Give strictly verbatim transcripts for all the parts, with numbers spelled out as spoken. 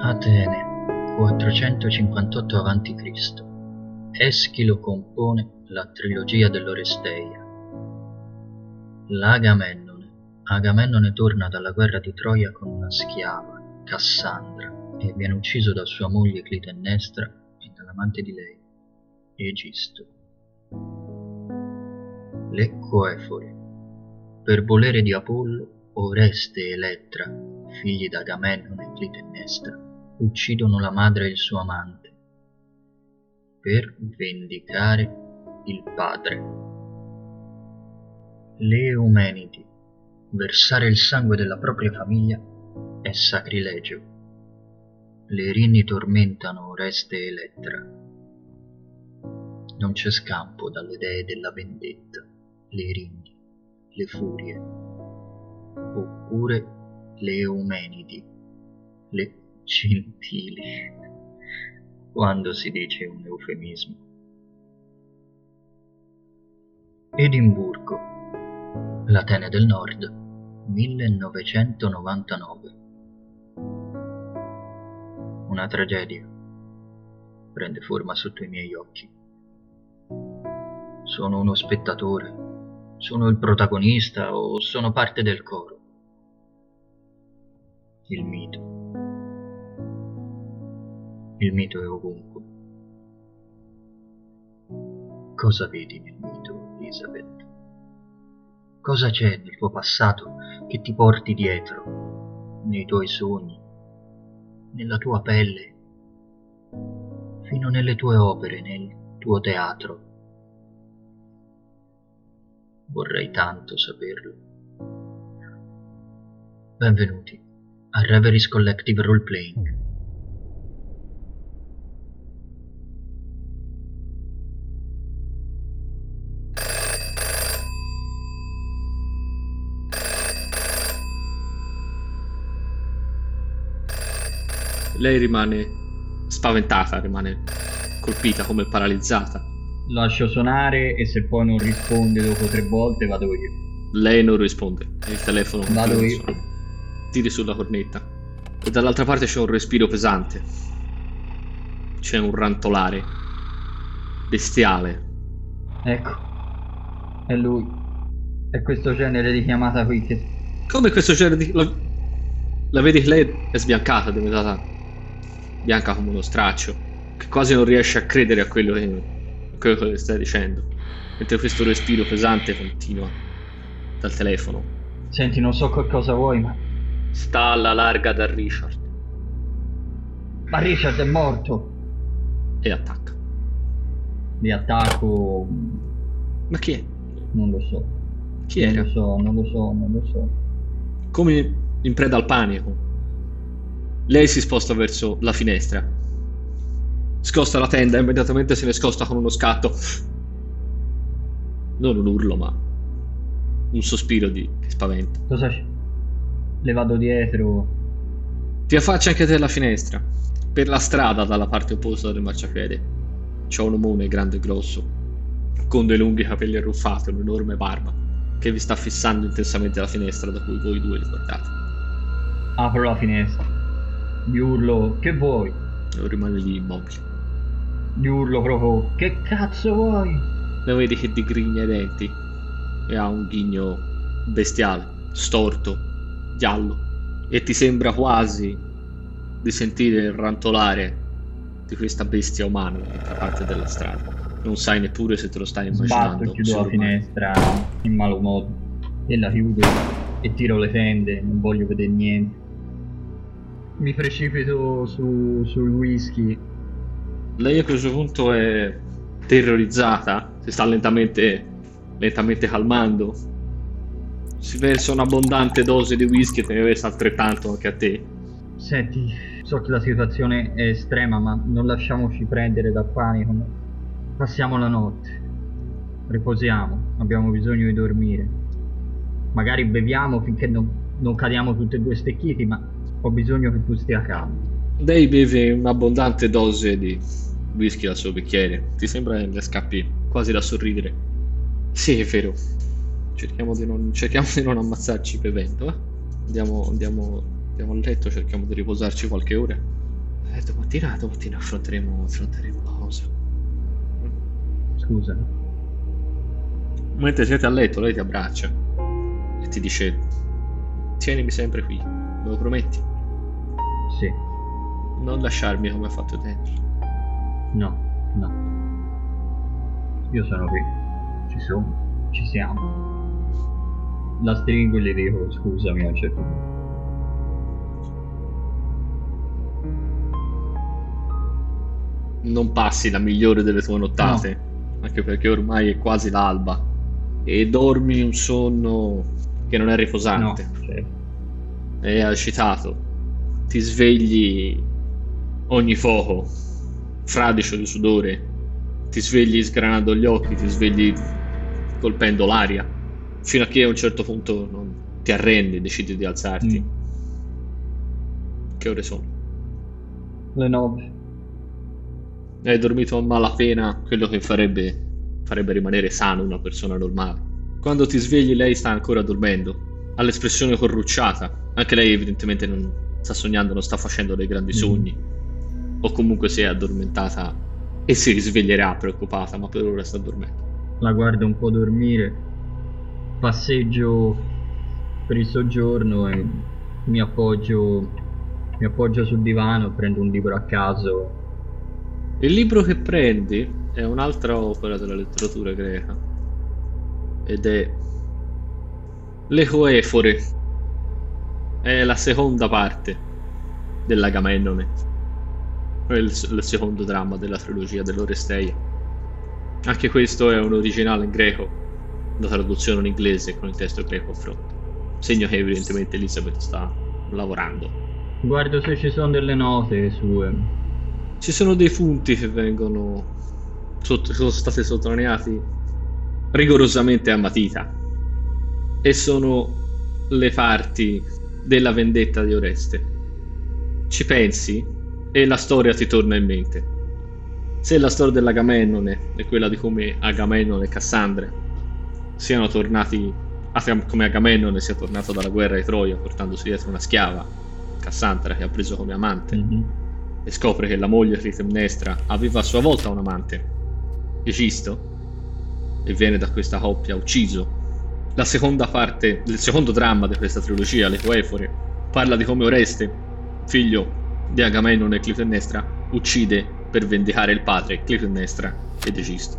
Atene, quattrocentocinquantotto avanti Cristo Eschilo compone la trilogia dell'Oresteia. L'Agamennone. Agamennone torna dalla guerra di Troia con una schiava, Cassandra, e viene ucciso da sua moglie Clitennestra e dall'amante di lei, Egisto. Le Coefore. Per volere di Apollo, Oreste e Elettra, figli d'Agamennone e Clitennestra, uccidono la madre e il suo amante per vendicare il padre. Le Eumenidi. Versare il sangue della propria famiglia è sacrilegio. Le Erinni tormentano Oreste e Elettra. Non c'è scampo dalle dee della vendetta, le Erinni, le furie, oppure le Eumenidi, le gentili, quando si dice un eufemismo. Edimburgo, l'Atene del Nord, millenovecentonovantanove. Una tragedia prende forma sotto i miei occhi. Sono uno spettatore, sono il protagonista o sono parte del coro? Il mito. Il mito è ovunque. Cosa vedi nel mito, Elisabeth? Cosa c'è nel tuo passato che ti porti dietro, nei tuoi sogni, nella tua pelle, fino nelle tue opere, nel tuo teatro? Vorrei tanto saperlo. Benvenuti a Reveries Collective Roleplaying. Lei rimane spaventata, rimane colpita, come paralizzata. Lascio suonare e se poi non risponde dopo tre volte vado io. Lei non risponde, il telefono vado io. Suona. Tiri sulla cornetta e dall'altra parte c'è un respiro pesante, c'è un rantolare bestiale. Ecco, è lui, è questo genere di chiamata qui che... Come questo genere di... La, la vedi che lei è sbiancata, è diventata bianca come uno straccio, che quasi non riesce a credere a quello che, a quello che le stai dicendo, mentre questo respiro pesante continua dal telefono. Senti, non so che cosa vuoi, ma... Sta alla larga da Richard. Ma Richard è morto! E attacca. Di attacco... Ma chi è? Non lo so. Chi non era? Non lo so, non lo so, non lo so. Come in preda al panico, lei si sposta verso la finestra, scosta la tenda e immediatamente se ne scosta con uno scatto. Non un urlo, ma un sospiro di spavento. Cosa c'è? Le vado dietro. Ti affacci anche te alla finestra. Per la strada, dalla parte opposta del marciapiede, c'è un omone grande e grosso, con dei lunghi capelli arruffati e un'enorme barba, che vi sta fissando intensamente la finestra da cui voi due li guardate. Apro la finestra. Gli urlo, che vuoi? E rimane lì immobile. Gli urlo proprio, che cazzo vuoi? Lo vedi che digrigna i denti e ha un ghigno bestiale, storto, giallo, e ti sembra quasi di sentire il rantolare di questa bestia umana dall'altra parte della strada. Non sai neppure se te lo stai immaginando. Sbatto, chiudo la finestra in malo modo e la chiudo e tiro le fende, non voglio vedere niente. Mi precipito su, sul whisky. Lei a questo punto è terrorizzata, si sta lentamente lentamente calmando. Si versa un'abbondante dose di whisky e te ne versa altrettanto anche a te. Senti, so che la situazione è estrema, ma non lasciamoci prendere dal panico. Passiamo la notte, riposiamo, abbiamo bisogno di dormire. Magari beviamo finché non, non cadiamo tutti e due stecchiti, ma ho bisogno che tu stia calmo. Lei beve un'abbondante dose di whisky dal suo bicchiere. Ti sembra che le scappi quasi da sorridere. Sì, è vero. Cerchiamo di non, cerchiamo di non ammazzarci bevendo, eh? Andiamo, andiamo, andiamo a letto, cerchiamo di riposarci qualche ora. Eh, domattina, domattina affronteremo, affronteremo la cosa. Scusa. Mentre siete a letto, lei ti abbraccia e ti dice: tienimi sempre qui, me lo prometti? Sì. Non lasciarmi come ha fatto dentro. No, no. Io sono qui. Ci sono. Ci siamo. La stringo e le dico scusami a un certo punto. Non passi la migliore delle tue nottate, no. Anche perché ormai è quasi l'alba e dormi un sonno che non è riposante. No, certo. È agitato, ti svegli ogni fuoco, fradicio di sudore, ti svegli sgranando gli occhi, ti svegli colpendo l'aria, fino a che a un certo punto non ti arrendi, decidi di alzarti. Mm. Che ore sono? Le nove. Hai dormito a malapena quello che farebbe, farebbe rimanere sano una persona normale. Quando ti svegli lei sta ancora dormendo, ha l'espressione corrucciata, anche lei evidentemente non sta sognando, non sta facendo dei grandi sogni, mm. o comunque si è addormentata e si risveglierà preoccupata, ma per ora sta dormendo. La guardo un po' dormire, passeggio per il soggiorno e mi appoggio, mi appoggio sul divano, prendo un libro a caso. Il libro che prendi è un'altra opera della letteratura greca ed è l'Ecoefore, è la seconda parte dell'Agamennone, è il, il secondo dramma della trilogia dell'Oresteia. Anche questo è un originale in greco, la traduzione in inglese con il testo greco a fronte, segno che evidentemente Elizabeth sta lavorando. Guardo se ci sono delle note sue. Ci sono dei punti che vengono sott- sono stati sottolineati rigorosamente a matita e sono le parti della vendetta di Oreste. Ci pensi e la storia ti torna in mente. Se la storia dell'Agamennone è quella di come Agamennone e Cassandra siano tornati, come Agamennone sia tornato dalla guerra di Troia portandosi dietro una schiava, Cassandra, che ha preso come amante, mm-hmm. e scopre che la moglie Clitemnestra aveva a sua volta un amante, Egisto, e viene da questa coppia ucciso. La seconda parte, il secondo dramma di questa trilogia, l'Ecoefore, parla di come Oreste, figlio di Agamennone e Clitemnestra, uccide per vendicare il padre, Clitemnestra ed Egisto.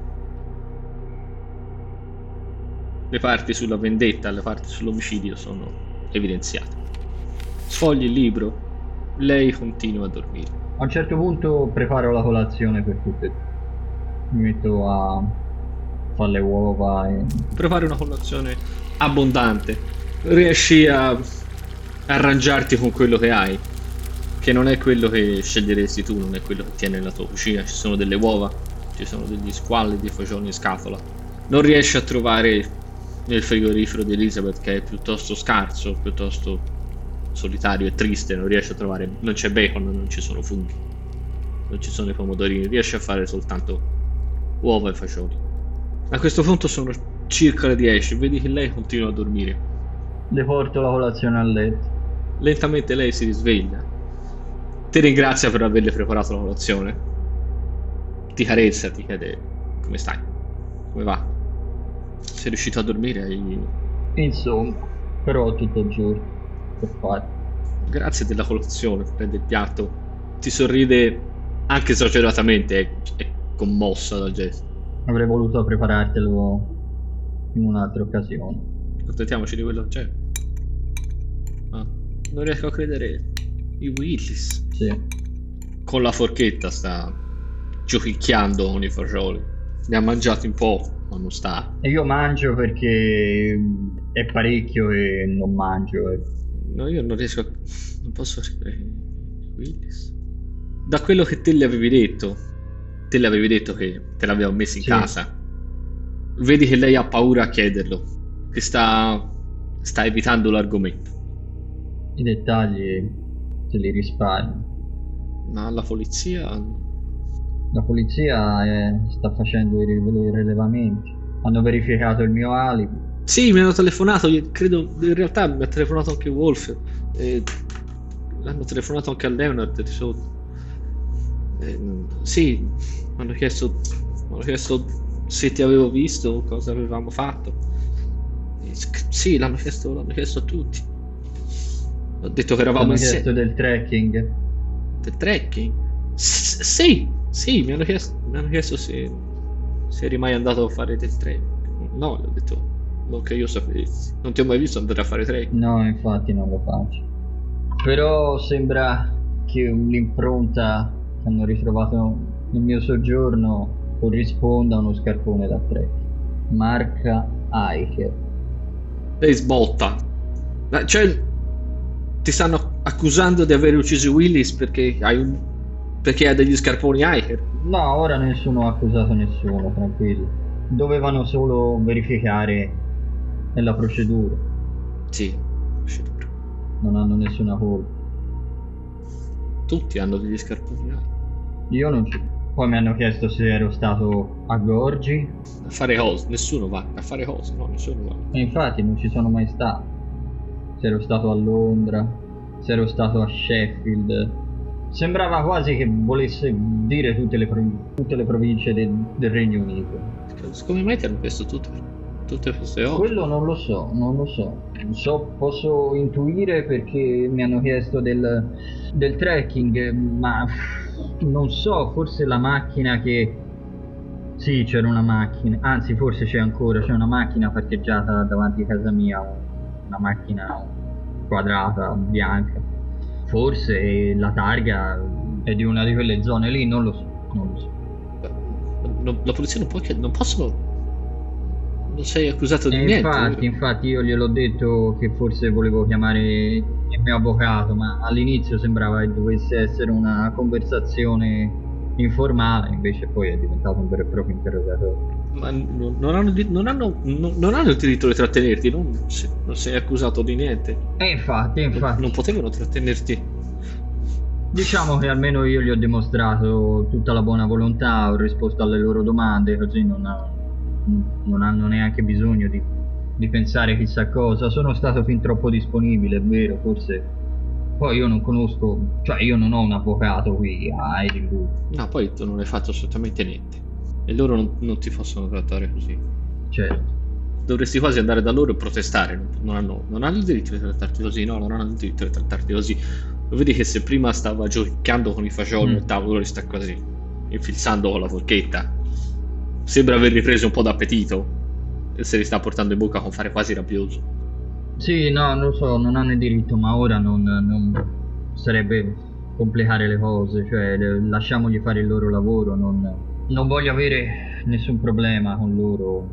Le parti sulla vendetta e le parti sull'omicidio sono evidenziate. Sfogli il libro, lei continua a dormire. A un certo punto preparo la colazione per tutte. Mi metto a fare le uova e... Prepari una colazione abbondante. Riesci a arrangiarti con quello che hai, che non è quello che sceglieresti tu, non è quello che tieni nella tua cucina. Ci sono delle uova, ci sono degli squalli di fagioli in scatola. Non riesci a trovare nel frigorifero di Elizabeth, che è piuttosto scarso, piuttosto solitario e triste, non riesce a trovare, non c'è bacon, non ci sono funghi, non ci sono i pomodorini, riesce a fare soltanto uova e fagioli. A questo punto sono circa le dieci, vedi che lei continua a dormire. Le porto la colazione a letto. Lentamente lei si risveglia, ti ringrazia per averle preparato la colazione, ti carezza, ti chiede come stai, come va, sei riuscito a dormire? Hai... Insomma, però tutto il giorno per fare. Grazie della colazione, prende il piatto, ti sorride anche esageratamente, è, è commossa dal gesto. Avrei voluto preparartelo in un'altra occasione. Contentiamoci di quello che c'è. Ah, non riesco a credere. I Willis. Sì. Con la forchetta sta giochicchiando con i fagioli. Ne ha mangiati un po', ma non sta. E io mangio perché è parecchio e non mangio. E... No, io non riesco a... non posso credere. Willis. Da quello che te le avevi detto, te le avevi detto che te l'aveva messo in sì. casa. Vedi che lei ha paura a chiederlo, che sta sta evitando l'argomento. I dettagli te li risparmio. Ma la polizia... La polizia è, sta facendo i rilevamenti. Hanno verificato il mio alibi. Sì, mi hanno telefonato, credo, in realtà mi ha telefonato anche Wolf. E l'hanno telefonato anche a Leonard di sotto. Eh, sì, mi hanno chiesto, m'hanno chiesto se ti avevo visto, cosa avevamo fatto. E sc- sì, l'hanno chiesto, l'hanno chiesto a tutti. Ho detto che Ti eravamo hanno chiesto insieme. del trekking? Del trekking? S- sì, sì, mi hanno chiesto, mi hanno chiesto se, se eri mai andato a fare del trekking. No, gli ho detto, non che io sapessi. Non ti ho mai visto andare a fare trekking. No, infatti non lo faccio. Però sembra che l'impronta che hanno ritrovato nel mio soggiorno corrisponda a uno scarpone da trekking. Marca Hiker. Lei sbotta. Ma, cioè, ti stanno accusando di aver ucciso Willis perché hai un... perché hai degli scarponi hiker? No, ora nessuno ha accusato nessuno, tranquillo. Dovevano solo verificare nella procedura. Sì, procedura. Non hanno nessuna colpa. Tutti hanno degli scarponi hiker. Io non ci... Poi mi hanno chiesto se ero stato a Gorgi A fare cose, nessuno va a fare cose, no, nessuno va. e infatti non ci sono mai stato. Se ero stato a Londra, se ero stato a Sheffield. Sembrava quasi che volesse dire tutte le, prov- tutte le province de- del Regno Unito. Come mai ti hanno chiesto tutte, tutte queste cose? Quello non lo so, non lo so. So, posso intuire perché mi hanno chiesto del, del trekking, ma non so, forse la macchina che... Sì, c'era una macchina, anzi forse c'è ancora, c'è una macchina parcheggiata davanti a casa mia, una macchina quadrata, bianca. Forse la targa è di una di quelle zone lì, non lo so, non lo so. No, la polizia non può chied- non possono. Non sei accusato di E niente. infatti, vero? infatti io gliel'ho detto che forse volevo chiamare il mio avvocato, ma all'inizio sembrava che dovesse essere una conversazione informale, invece poi è diventato un vero e proprio interrogatorio. Ma non, non hanno, di- non, hanno, non, non hanno il diritto di trattenerti, non, se- non sei accusato di niente. E infatti, Non, infatti, non potevano trattenerti. diciamo che almeno io gli ho dimostrato tutta la buona volontà, ho risposto alle loro domande, così non, ha- non hanno neanche bisogno di, di pensare chissà cosa. Sono stato fin troppo disponibile, è vero, forse. Poi io non conosco, cioè io non ho un avvocato qui a Edinburgh. No, poi tu non hai fatto assolutamente niente. E loro non, non ti possono trattare così. Certo. Dovresti quasi andare da loro e protestare. Non, non hanno, non hanno il diritto di trattarti così, no, non hanno il diritto di trattarti così. Lo vedi che se prima stava giochicchiando con i fagioli Mm. al tavolo, li sta quasi infilzando con la forchetta. Sembra aver ripreso un po' d'appetito e se li sta portando in bocca con fare quasi rabbioso. Sì, no, lo so, non hanno il diritto, ma ora non, non sarebbe complicare le cose, cioè le- lasciamogli fare il loro lavoro, non, non voglio avere nessun problema con loro.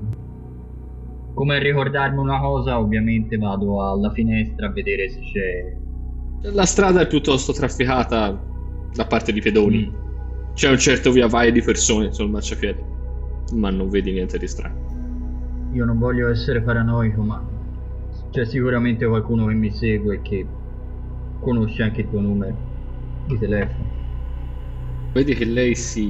Come ricordarmi una cosa, ovviamente vado alla finestra a vedere se c'è... La strada è piuttosto trafficata da parte di pedoni. Mm. C'è un certo via vai di persone sul marciapiede, ma non vedi niente di strano. Io non voglio essere paranoico, ma c'è sicuramente qualcuno che mi segue e che conosce anche il tuo numero di telefono. Vedi che lei si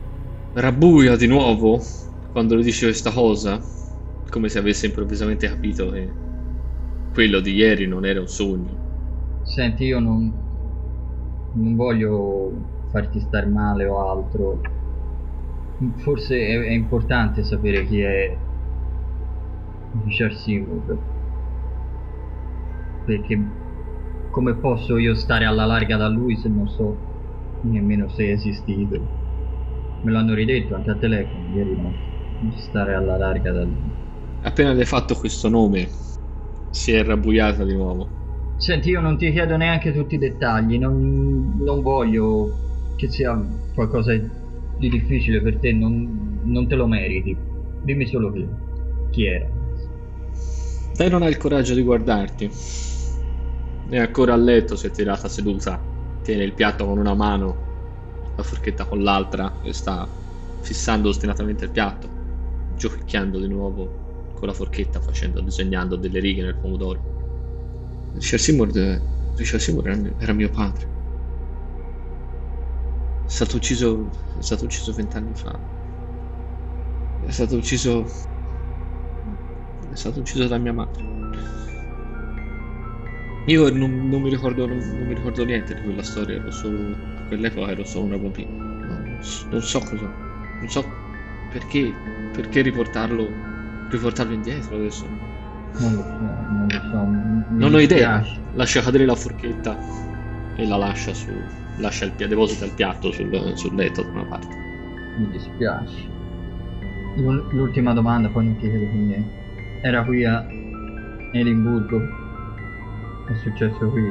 rabbuia di nuovo quando le dice questa cosa, come se avesse improvvisamente capito che quello di ieri non era un sogno. Senti, io non, non voglio farti star male o altro. Forse è, è importante sapere chi è Richard Seymour. Perché come posso io stare alla larga da lui se non so nemmeno se è esistito? Me l'hanno ridetto anche a telefono ieri notte. Stare alla larga da lui. Appena le hai fatto questo nome, si è rabbuiata di nuovo. Senti, io non ti chiedo neanche tutti i dettagli, non, non voglio che sia qualcosa di difficile per te, non, non te lo meriti. Dimmi solo chi, chi era. Lei non ha il coraggio di guardarti. È ancora a letto, si è tirata seduta, tiene il piatto con una mano, la forchetta con l'altra e sta fissando ostinatamente il piatto, giochicchiando di nuovo con la forchetta, facendo, disegnando delle righe nel pomodoro. Richard Seymour, Richard Seymour era, era mio padre. È stato ucciso, è stato ucciso vent'anni fa. È stato ucciso, è stato ucciso da mia madre. Io non, non mi ricordo, non, non mi ricordo niente di quella storia, ero solo, a quell'epoca ero solo una bambina. non so cosa, non so perché, perché riportarlo, riportarlo indietro adesso. Non lo so, non lo so. mi Non ho idea. dispiace. Lascia cadere la forchetta e la lascia su, lascia il piatto, deposita il piatto sul, sul letto da una parte. Mi dispiace. L'ul- L'ultima domanda, poi non ti chiedo più niente. Era qui a Edimburgo. È successo qui.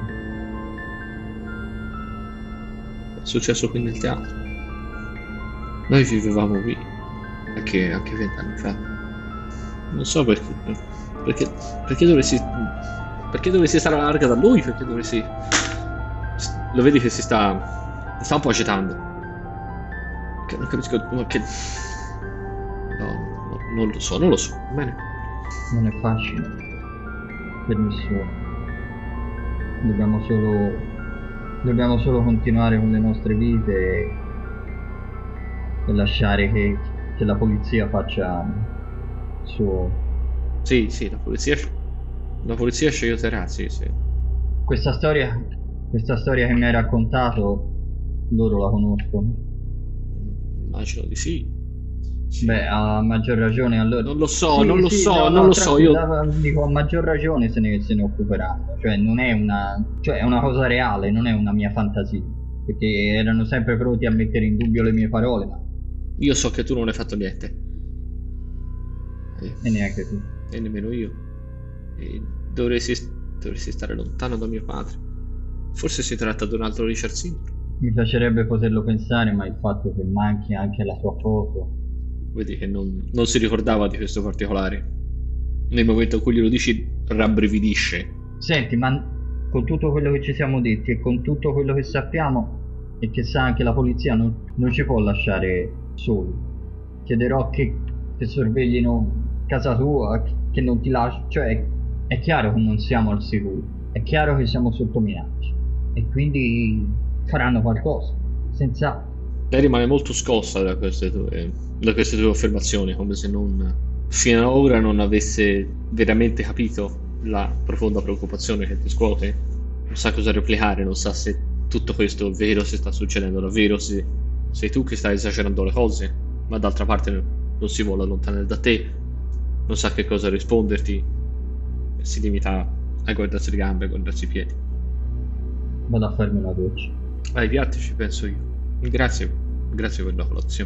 È successo qui nel teatro. Noi vivevamo qui anche anche vent'anni fa. Non so perché, perché, perché dovresti, perché dovresti stare alla larga da lui, perché dovresti, lo vedi che si sta, sta un po' agitando. Che non capisco, ma che, no, no, non lo so, non lo so, bene. Non è facile per nessuno. Dobbiamo solo. Dobbiamo solo continuare con le nostre vite e, e lasciare che, che la polizia faccia il suo. Sì, sì, la polizia, la polizia ci aiuterà, sì, sì. Questa storia. Questa storia che mi hai raccontato, loro la conoscono. Immagino di sì. Sì. Beh, a maggior ragione allora. Non lo so, Sì, non lo sì, so, no, non no, lo so, io... tranquilla, dico a maggior ragione se ne, se ne occuperanno. Cioè non è una. Cioè è una cosa reale, non è una mia fantasia. Perché erano sempre pronti a mettere in dubbio le mie parole, ma. Io so che tu non hai fatto niente. E, E neanche tu. e nemmeno io. E dovresti, dovresti stare lontano da mio padre. Forse si tratta di un altro Richard Seymour. Mi piacerebbe poterlo pensare, ma il fatto che manchi anche la sua foto. Vedi che non, non si ricordava di questo particolare. Nel momento in cui glielo dici, rabbrividisce. Senti, ma con tutto quello che ci siamo detti e con tutto quello che sappiamo e che sa anche la polizia, non, non ci può lasciare soli. Chiederò che, che sorveglino casa tua, che, che non ti lasci. Cioè, è chiaro che non siamo al sicuro. È chiaro che siamo sotto minaccia. E quindi faranno qualcosa. Senza. Lei rimane molto scossa da queste tue, da queste tue affermazioni, come se non, fino ad ora non avesse veramente capito la profonda preoccupazione che ti scuote. Non sa cosa replicare, non sa se tutto questo è vero, se sta succedendo davvero, se sei tu che stai esagerando le cose, ma d'altra parte non si vuole allontanare da te, non sa che cosa risponderti, si limita a guardarsi le gambe, a guardarsi i piedi. Vado a farmi una doccia. Ai piatti ci penso io. Grazie, grazie per la colazione.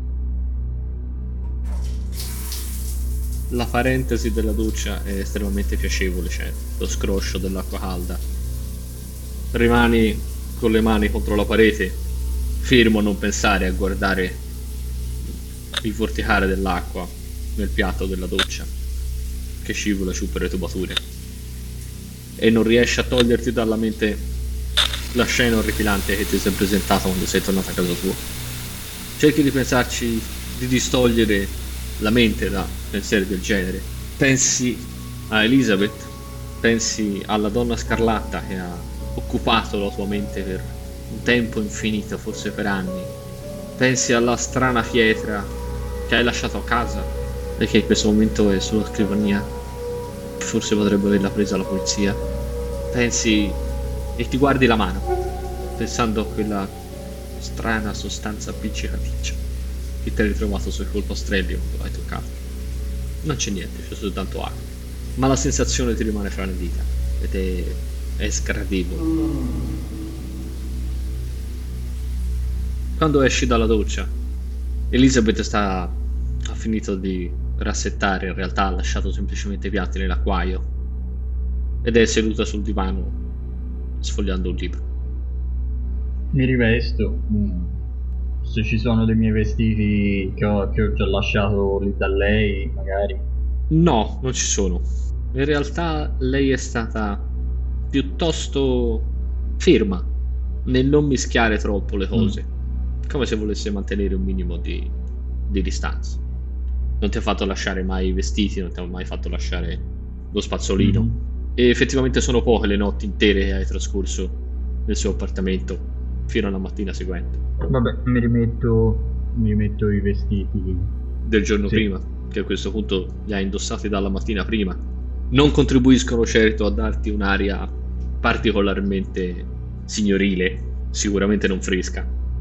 La parentesi della doccia è estremamente piacevole, c'è lo scroscio dell'acqua calda. Rimani con le mani contro la parete, fermo a non pensare a guardare il vorticare dell'acqua nel piatto della doccia che scivola giù per le tubature, e non riesci a toglierti dalla mente la scena orripilante che ti sei presentata quando sei tornata a casa tua. Cerchi di pensarci, di distogliere la mente da pensieri del genere. Pensi a Elizabeth, pensi alla donna scarlatta che ha occupato la tua mente per un tempo infinito, forse per anni. Pensi alla strana pietra che hai lasciato a casa e che in questo momento è sulla scrivania, forse potrebbe averla presa la polizia. Pensi e ti guardi la mano, pensando a quella strana sostanza appiccicaticcia che ti hai ritrovato sul polpastrello quando l'hai toccato. Non c'è niente, c'è soltanto acqua, ma la sensazione ti rimane fra le dita ed è, è sgradevole. Quando esci dalla doccia, Elizabeth sta ha finito di rassettare, in realtà ha lasciato semplicemente i piatti nell'acquaio ed è seduta sul divano sfogliando un libro. Mi rivesto. Mm. Se ci sono dei miei vestiti che ho, che ho già lasciato lì da lei, magari. No, non ci sono. In realtà lei è stata piuttosto ferma nel non mischiare troppo le cose, mm. come se volesse mantenere un minimo di, di distanza. Non ti ha fatto lasciare mai i vestiti, non ti ha mai fatto lasciare lo spazzolino. Mm. E effettivamente sono poche le notti intere che hai trascorso nel suo appartamento fino alla mattina seguente. Vabbè, mi rimetto mi rimetto i vestiti del giorno sì. prima, che a questo punto li hai indossati dalla mattina prima. Non contribuiscono certo a darti un'aria particolarmente signorile, sicuramente non fresca.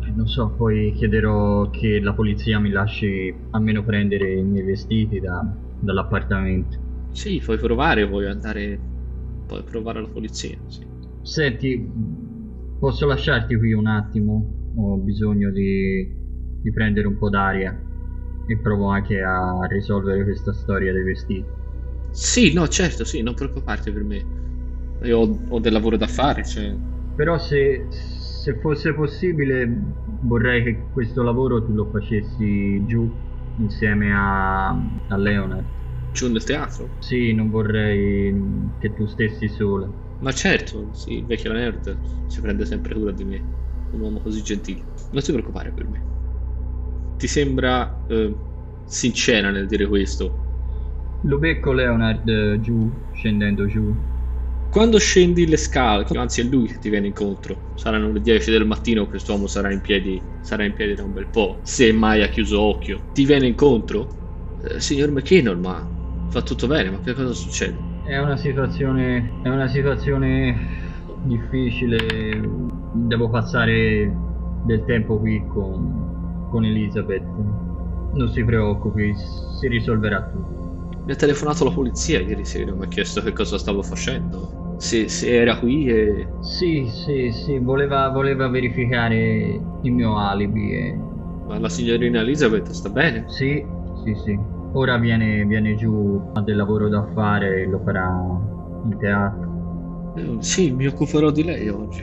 non so, poi chiederò che la polizia mi lasci almeno prendere i miei vestiti da, dall'appartamento. Sì, puoi provare, puoi andare, puoi provare la polizia, sì. Senti, posso lasciarti qui un attimo? Ho bisogno di, di prendere un po' d'aria e provo anche a risolvere questa storia dei vestiti. Sì, no, certo, sì, non preoccuparti per me. Io ho, ho del lavoro da fare, cioè... Però se, se fosse possibile vorrei che questo lavoro tu lo facessi giù insieme a, a Leonard. Giù nel teatro? Sì, non vorrei che tu stessi sola. Ma certo, sì, il vecchio Leonard si prende sempre cura di me. Un uomo così gentile. Non ti preoccupare per me. Ti sembra eh, sincera nel dire questo? Lo becco Leonard eh, giù, scendendo giù. Quando scendi le scale, anzi è lui che ti viene incontro, saranno le dieci del mattino, quest'uomo sarà in piedi, sarà in piedi da un bel po', se mai ha chiuso occhio. Ti viene incontro? Eh, signor McKinnon, ma fa tutto bene, ma che cosa succede? È una situazione, è una situazione difficile, devo passare del tempo qui con, con Elizabeth. Non si preoccupi, si risolverà tutto. Mi ha telefonato la polizia ieri sera, mi ha chiesto che cosa stavo facendo, se, se era qui e... Sì, sì, sì, voleva, voleva verificare il mio alibi e... Ma la signorina Elizabeth sta bene? Sì, sì, sì. Ora viene, viene giù, ha del lavoro da fare e lo farà in teatro. Eh, sì, mi occuperò di lei oggi.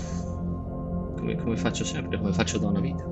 Come, come faccio sempre, come faccio da una vita.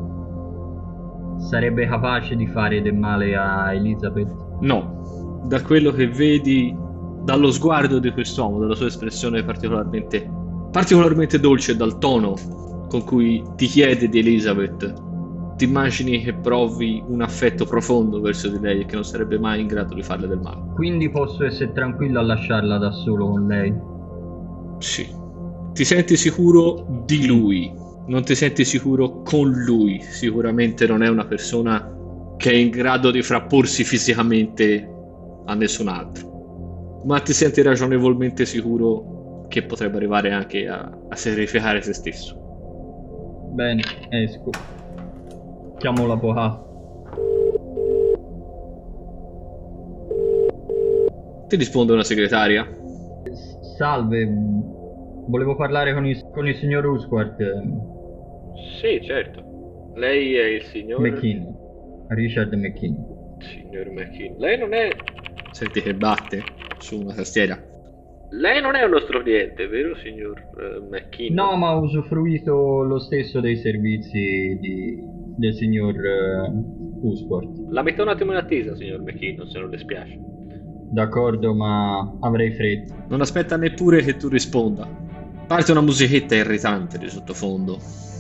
Sarebbe capace di fare del male a Elizabeth? No, da quello che vedi, dallo sguardo di quest'uomo, dalla sua espressione particolarmente, particolarmente dolce e dal tono con cui ti chiede di Elizabeth, ti immagini che provi un affetto profondo verso di lei e che non sarebbe mai in grado di farle del male. Quindi posso essere tranquillo a lasciarla da solo con lei? Sì. Ti senti sicuro di lui, non ti senti sicuro con lui. Sicuramente non è una persona che è in grado di frapporsi fisicamente a nessun altro, ma ti senti ragionevolmente sicuro che potrebbe arrivare anche a, a sacrificare se stesso. Bene, esco. Chiamo l'avvocato. Ti risponde una segretaria. Salve, volevo parlare con il, con il signor Usquart. Sì, certo. Lei è il signor McKinnon. Richard McKinnon. Signor McKinnon. Lei non è... Senti che batte su una tastiera. Lei non è un nostro cliente, vero signor uh, McKinnon? No, ma ho usufruito lo stesso dei servizi di, del signor uh, Usquart. La metto un attimo in attesa, signor McKinnon, se non le spiace. D'accordo, ma avrei fretta. Non aspetta neppure che tu risponda. Parte una musichetta irritante di sottofondo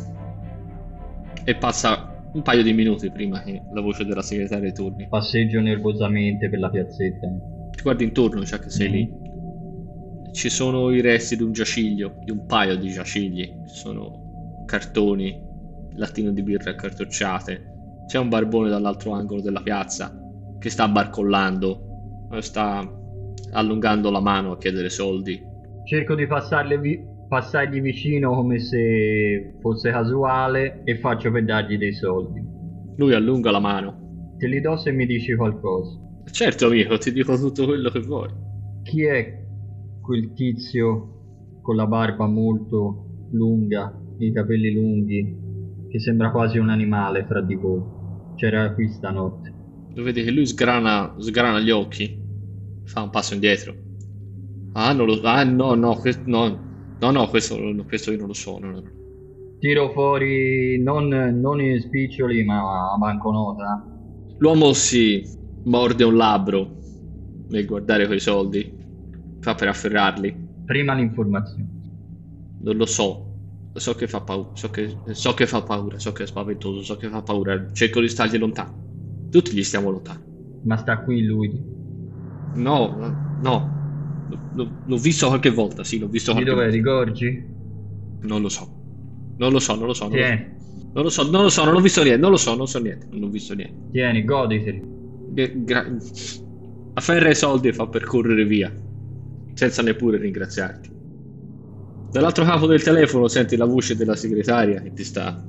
e passa un paio di minuti prima che la voce della segretaria torni. Passeggio nervosamente per la piazzetta. Ti guardi intorno, già che sei lì. Ci sono i resti di un giaciglio, di un paio di giacigli. Ci sono cartoni, lattino di birra accartocciate. C'è un barbone dall'altro angolo della piazza che sta barcollando, sta allungando la mano a chiedere soldi. Cerco di passarle vi- passargli vicino come se fosse casuale e faccio per dargli dei soldi. Lui allunga la mano. Te li do se mi dici qualcosa. Certo amico, ti dico tutto quello che vuoi. Chi è quel tizio con la barba molto lunga, i capelli lunghi, che sembra quasi un animale fra di voi? C'era qui stanotte. Lo vedi che lui sgrana, sgrana gli occhi, fa un passo indietro. Ah, non lo ah, no, no, questo, no, no, no, questo, questo io non lo so. No, no. Tiro fuori non, non i spiccioli, ma a banconota. L'uomo si morde un labbro nel guardare quei soldi, fa per afferrarli. Prima l'informazione. Non lo so, so che fa paura, so che, so che fa paura, so che è spaventoso, so che fa paura. Cerco di stargli lontano. Tutti gli stiamo lontano. Ma sta qui lui? No, no, no. L- l'ho visto qualche volta, sì, l'ho visto Di qualche dov'è? volta. Di Gorgi? Non lo so. Non lo so, non lo so. Non lo so. Tieni, Non lo so, non lo so, non ho visto niente, non lo so, non so niente, non ho visto niente. tieni, goditeli. Gra- gra- afferra i soldi e fa per correre via, senza neppure ringraziarti. Dall'altro capo del telefono senti la voce della segretaria che ti sta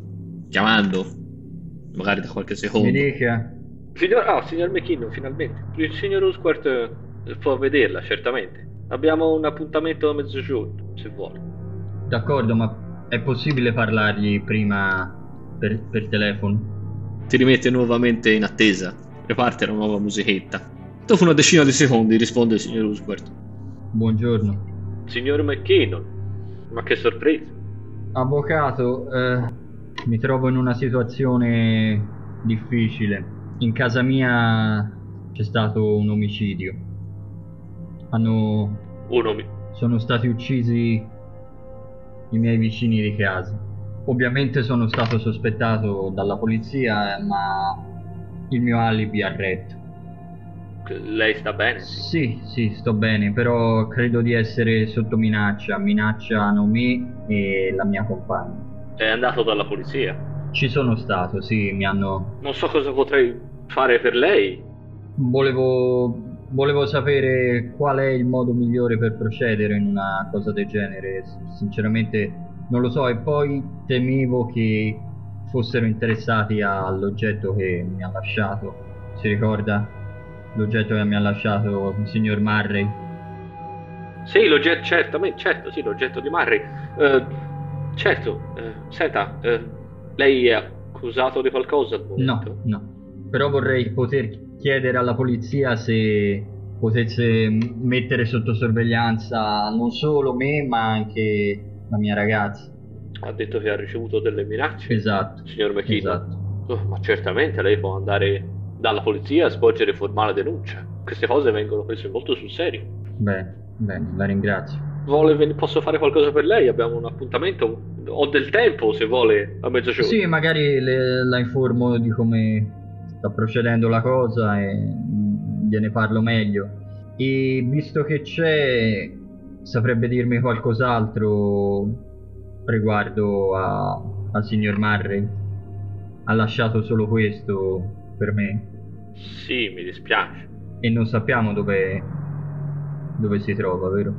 chiamando, magari da qualche Mi secondo. dica. Signor, ah, signor McKinnon, finalmente. Il signor Usquart eh, può vederla, certamente. Abbiamo un appuntamento a mezzogiorno, se vuole. D'accordo, ma è possibile parlargli prima per, per telefono? Ti rimette nuovamente in attesa e parte la nuova musichetta. Dopo una decina di secondi risponde il signor Usquart. Buongiorno. Signor McKinnon, ma che sorpresa. Avvocato, eh, mi trovo in una situazione difficile. In casa mia c'è stato un omicidio. Hanno... Uno mi... sono stati uccisi i miei vicini di casa. Ovviamente sono stato sospettato dalla polizia, ma il mio alibi ha retto. Lei sta bene? Sì, sì, sto bene, però credo di essere sotto minaccia. Minacciano me e la mia compagna. È andato dalla polizia? Ci sono stato, sì, mi hanno... Non so cosa potrei fare per lei. Volevo... Volevo sapere qual è il modo migliore per procedere in una cosa del genere. Sinceramente non lo so, e poi temevo che fossero interessati all'oggetto che mi ha lasciato. Si ricorda? L'oggetto che mi ha lasciato il signor Murray? Sì, l'oggetto, certamente, certo, sì, l'oggetto di Murray. Eh, certo, eh, senta, eh, lei è accusato di qualcosa al momento? No, no. Però vorrei poter chiedere alla polizia se potesse mettere sotto sorveglianza non solo me, ma anche la mia ragazza. Ha detto che ha ricevuto delle minacce? Esatto. Signor McKinnon? Esatto. Oh, ma certamente lei può andare dalla polizia a sporgere formale denuncia. Queste cose vengono prese molto sul serio. Bene, bene, la ringrazio. Vuole ven- posso fare qualcosa per lei? Abbiamo un appuntamento, ho del tempo se vuole a mezzogiorno. Sì, magari le, la informo di come sta procedendo la cosa e gliene parlo meglio. E visto che c'è, saprebbe dirmi qualcos'altro riguardo a, al signor Murray? Ha lasciato solo questo per me Sì, mi dispiace. e non sappiamo dove, dove si trova, vero?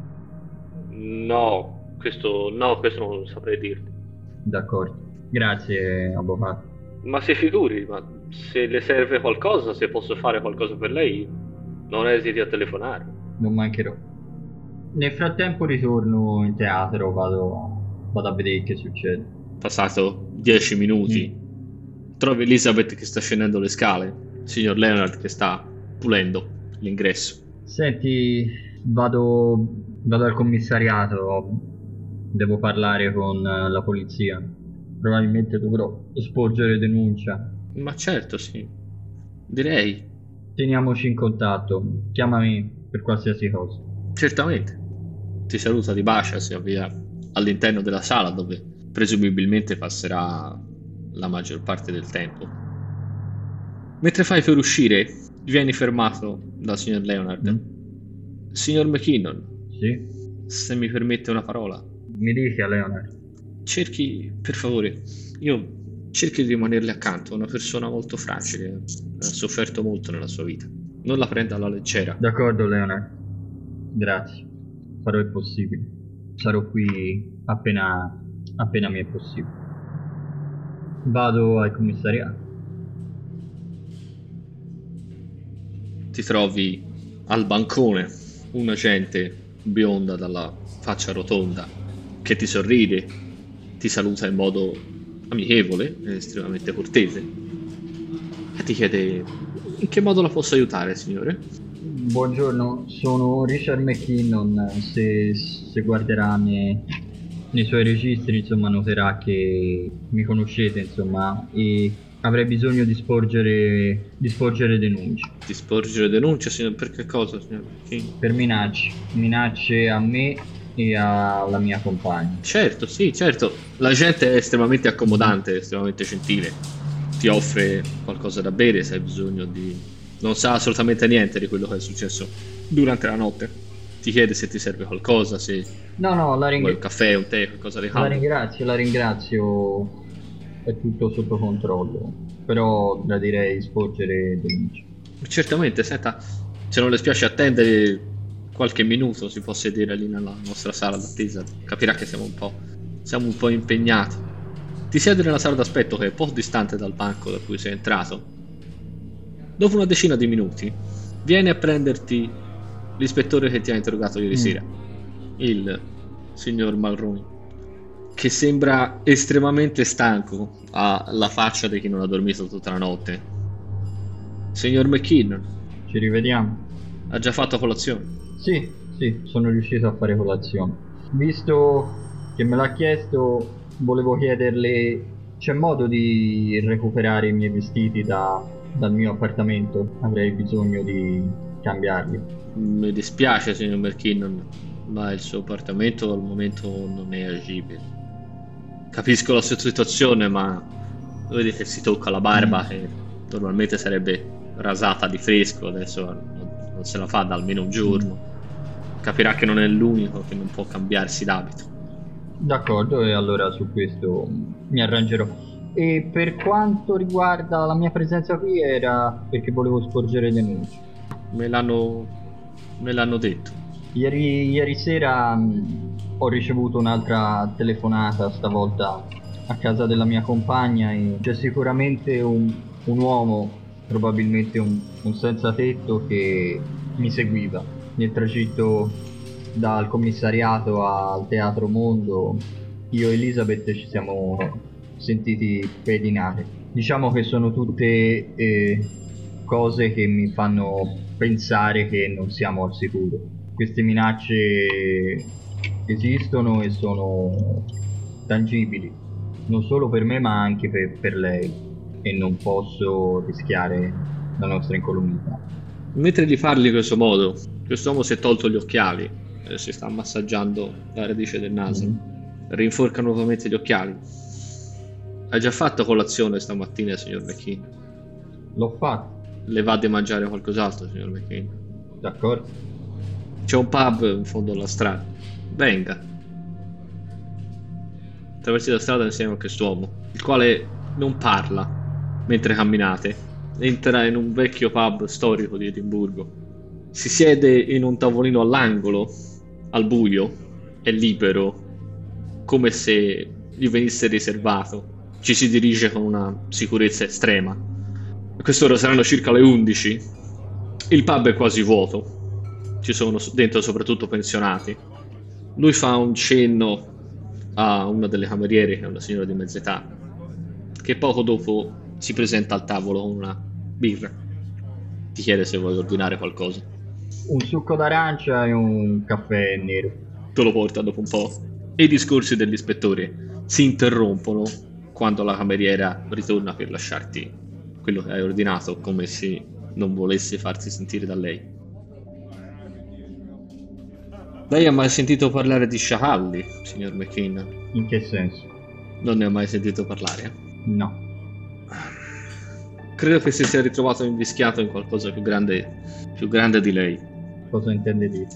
No, questo no, questo non lo saprei dirti. D'accordo. Grazie, avvocato. Ma si figuri, ma se le serve qualcosa, se posso fare qualcosa per lei, non esiti a telefonare. Non mancherò. Nel frattempo ritorno in teatro, vado, vado a vedere che succede. Passato dieci minuti, trovi Elizabeth che sta scendendo le scale, il signor Leonard che sta pulendo l'ingresso. Senti, vado, vado al commissariato, devo parlare con la polizia. Probabilmente dovrò sporgere denuncia. Ma certo, sì, direi. Teniamoci in contatto, chiamami per qualsiasi cosa. Certamente. Ti saluta, ti bacia, si avvia all'interno della sala dove presumibilmente passerà la maggior parte del tempo. Mentre fai per uscire, vieni fermato dal signor Leonard. Mm? Signor McKinnon, Sì? se mi permette una parola, Mi dica, Leonard. cerchi, per favore, io cerchi di rimanerle accanto, è una persona molto fragile, ha sofferto molto nella sua vita. Non la prenda alla leggera. D'accordo, Leonard. Grazie. Farò il possibile. Sarò qui appena, appena mi è possibile. Vado al commissariato. Ti trovi al bancone un agente bionda dalla faccia rotonda che ti sorride, ti saluta in modo amichevole e estremamente cortese e ti chiede: in che modo la posso aiutare, signore? Buongiorno, sono Richard McKinnon. Se, se guarderà nei, nei suoi registri, insomma, noterà che mi conoscete, insomma, e avrei bisogno di sporgere, di sporgere denunce. Di sporgere denuncia, signor? Per che cosa, signor? Chi? Per minacce, minacce a me e alla mia compagna. Certo, sì, certo. La gente è estremamente accomodante, estremamente gentile. Ti offre qualcosa da bere se hai bisogno di... Non sa assolutamente niente di quello che è successo durante la notte. Ti chiede se ti serve qualcosa, se No, no, la, vuoi ring- un caffè, un tè, qualcosa di la caldo. ringrazio, la ringrazio. È tutto sotto controllo. Però gradirei sporgere denunce. Certamente, senta, se non le spiace attendere qualche minuto, si può sedere lì nella nostra sala d'attesa. Capirà che siamo un po', siamo un po' impegnati. Ti Ti siedi nella sala d'aspetto che è poco distante dal banco da cui sei entrato. Dopo una decina di minuti viene a prenderti l'ispettore che ti ha interrogato ieri Mm. sera, il signor Mulroney, che sembra estremamente stanco, ha la faccia di chi non ha dormito tutta la notte. Signor McKinnon, Ci rivediamo. ha già fatto colazione? Sì, sì, sono riuscito a fare colazione. Visto che me l'ha chiesto, volevo chiederle, c'è modo di recuperare i miei vestiti da- dal mio appartamento? Avrei bisogno di cambiarli. Mi dispiace, signor McKinnon, ma il suo appartamento al momento non è agibile. Capisco la sua situazione, ma vedi che si tocca la barba, Mm. che normalmente sarebbe rasata di fresco, adesso non, non se la fa da almeno un giorno. Capirà che non è l'unico che non può cambiarsi d'abito. D'accordo, e allora su questo mi arrangerò. E per quanto riguarda la mia presenza qui era perché volevo sporgere denunce. Me l'hanno, me l'hanno detto. Ieri, ieri sera mh, ho ricevuto un'altra telefonata, stavolta a casa della mia compagna, e c'è sicuramente un, un uomo, probabilmente un, un senza tetto, che mi seguiva nel tragitto dal commissariato al Teatro Mondo. Io e Elizabeth ci siamo sentiti pedinare. Diciamo che sono tutte eh, cose che mi fanno pensare che non siamo al sicuro. Queste minacce esistono e sono tangibili, non solo per me ma anche per, per lei, e non posso rischiare la nostra incolumità. Mentre gli parli in questo modo, quest'uomo si è tolto gli occhiali e si sta massaggiando la radice del naso. Mhm. Rinforca nuovamente gli occhiali. Ha già fatto colazione stamattina, signor McKinnon? L'ho fatto, Le va di mangiare qualcos'altro, signor McKinnon? d'accordo? C'è un pub in fondo alla strada. Venga. Attraversi la strada insieme a quest'uomo, il quale non parla mentre camminate. Entra in un vecchio pub storico di Edimburgo. Si siede in un tavolino all'angolo, al buio, è libero, come se gli venisse riservato. Ci si dirige con una sicurezza estrema. A quest'ora saranno circa le undici. Il pub è quasi vuoto. Ci sono dentro soprattutto pensionati. Lui fa un cenno a una delle cameriere, che è una signora di mezza età, che poco dopo si presenta al tavolo con una birra. Ti chiede se vuoi ordinare qualcosa. Un succo d'arancia e un caffè nero. Te lo porta dopo un po'. E i discorsi dell'ispettore si interrompono quando la cameriera ritorna per lasciarti quello che hai ordinato, come se non volesse farsi sentire da lei. Lei ha mai sentito parlare di sciacalli, signor McKinnon? In che senso? Non ne ha mai sentito parlare? No. Credo che si sia ritrovato invischiato in qualcosa più grande, più grande di lei. Cosa intende dire?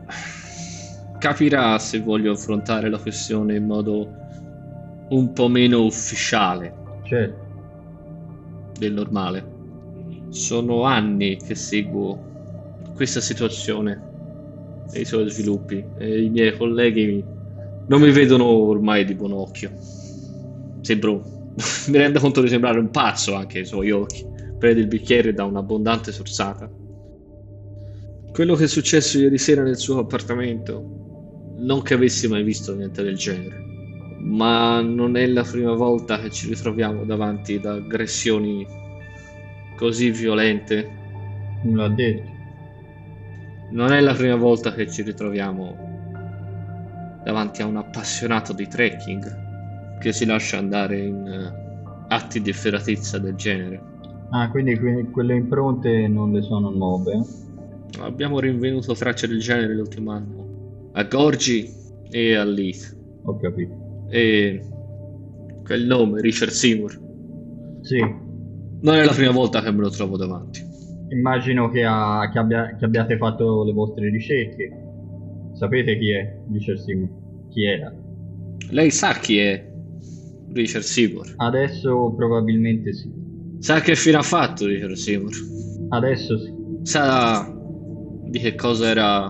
Capirà se voglio affrontare la questione in modo un po' meno ufficiale Certo. del normale. Sono anni che seguo questa situazione e i suoi sviluppi, e i miei colleghi non mi vedono ormai di buon occhio. Sembro mi rendo conto di sembrare un pazzo anche ai suoi occhi. Prende il bicchiere e dà un'abbondante sorsata. Quello che è successo ieri sera nel suo appartamento, non che avessi mai visto niente del genere, ma non è la prima volta che ci ritroviamo davanti ad aggressioni così violente. Non l'ha detto. Non è la prima volta che ci ritroviamo davanti a un appassionato di trekking che si lascia andare in uh, atti di efferatezza del genere. Ah, quindi que- quelle impronte non le sono nuove? eh? Abbiamo rinvenuto tracce del genere l'ultimo anno a Gorgi e a Leith. Ho capito. E quel nome, Richard Seymour, Sì, non è la prima volta che me lo trovo davanti. immagino che, ha- che abbia- che abbiate fatto le vostre ricerche. Sapete chi è Richard Seymour? Chi era? Lei sa chi è Richard Seymour? Adesso probabilmente sì. Sa che fine ha fatto Richard Seymour? Adesso sì. Sa di che cosa era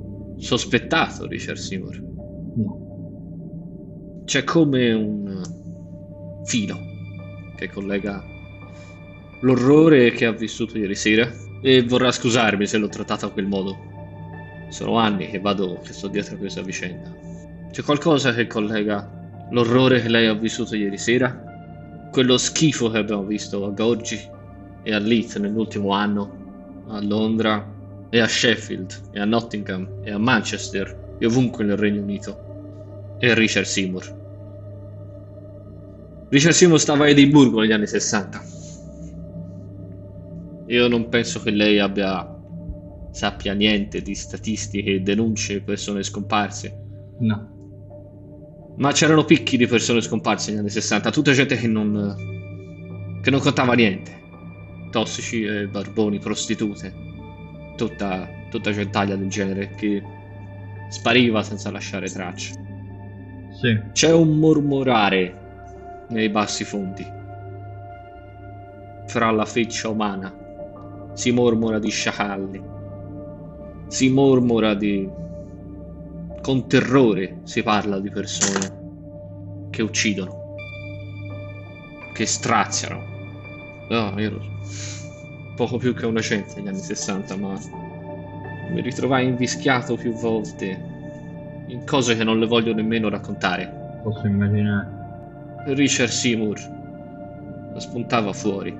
sospettato Richard Seymour? No. C'è come un filo che collega l'orrore che ha vissuto ieri sera, e vorrà scusarmi se l'ho trattato a quel modo. Sono anni che vado, che sto dietro a questa vicenda. C'è qualcosa che collega l'orrore che lei ha vissuto ieri sera, quello schifo che abbiamo visto a Gorgi e a Leith nell'ultimo anno, a Londra e a Sheffield e a Nottingham e a Manchester e ovunque nel Regno Unito, e a Richard Seymour. Richard Seymour stava a Edimburgo negli anni sessanta. Io non penso che lei abbia sappia niente di statistiche, denunce, persone scomparse. No. Ma c'erano picchi di persone scomparse negli anni sessanta, tutta gente che non che non contava niente. Tossici, eh, barboni, prostitute, tutta, tutta gentaglia del genere che spariva senza lasciare tracce. Sì. C'è un mormorare nei bassi fondi fra la feccia umana. Si mormora di sciacalli, si mormora di... con terrore si parla di persone che uccidono, che straziano. No, io ero poco più che un innocente negli anni sessanta, ma mi ritrovai invischiato più volte in cose che non le voglio nemmeno raccontare. Posso immaginare. Richard Seymour spuntava fuori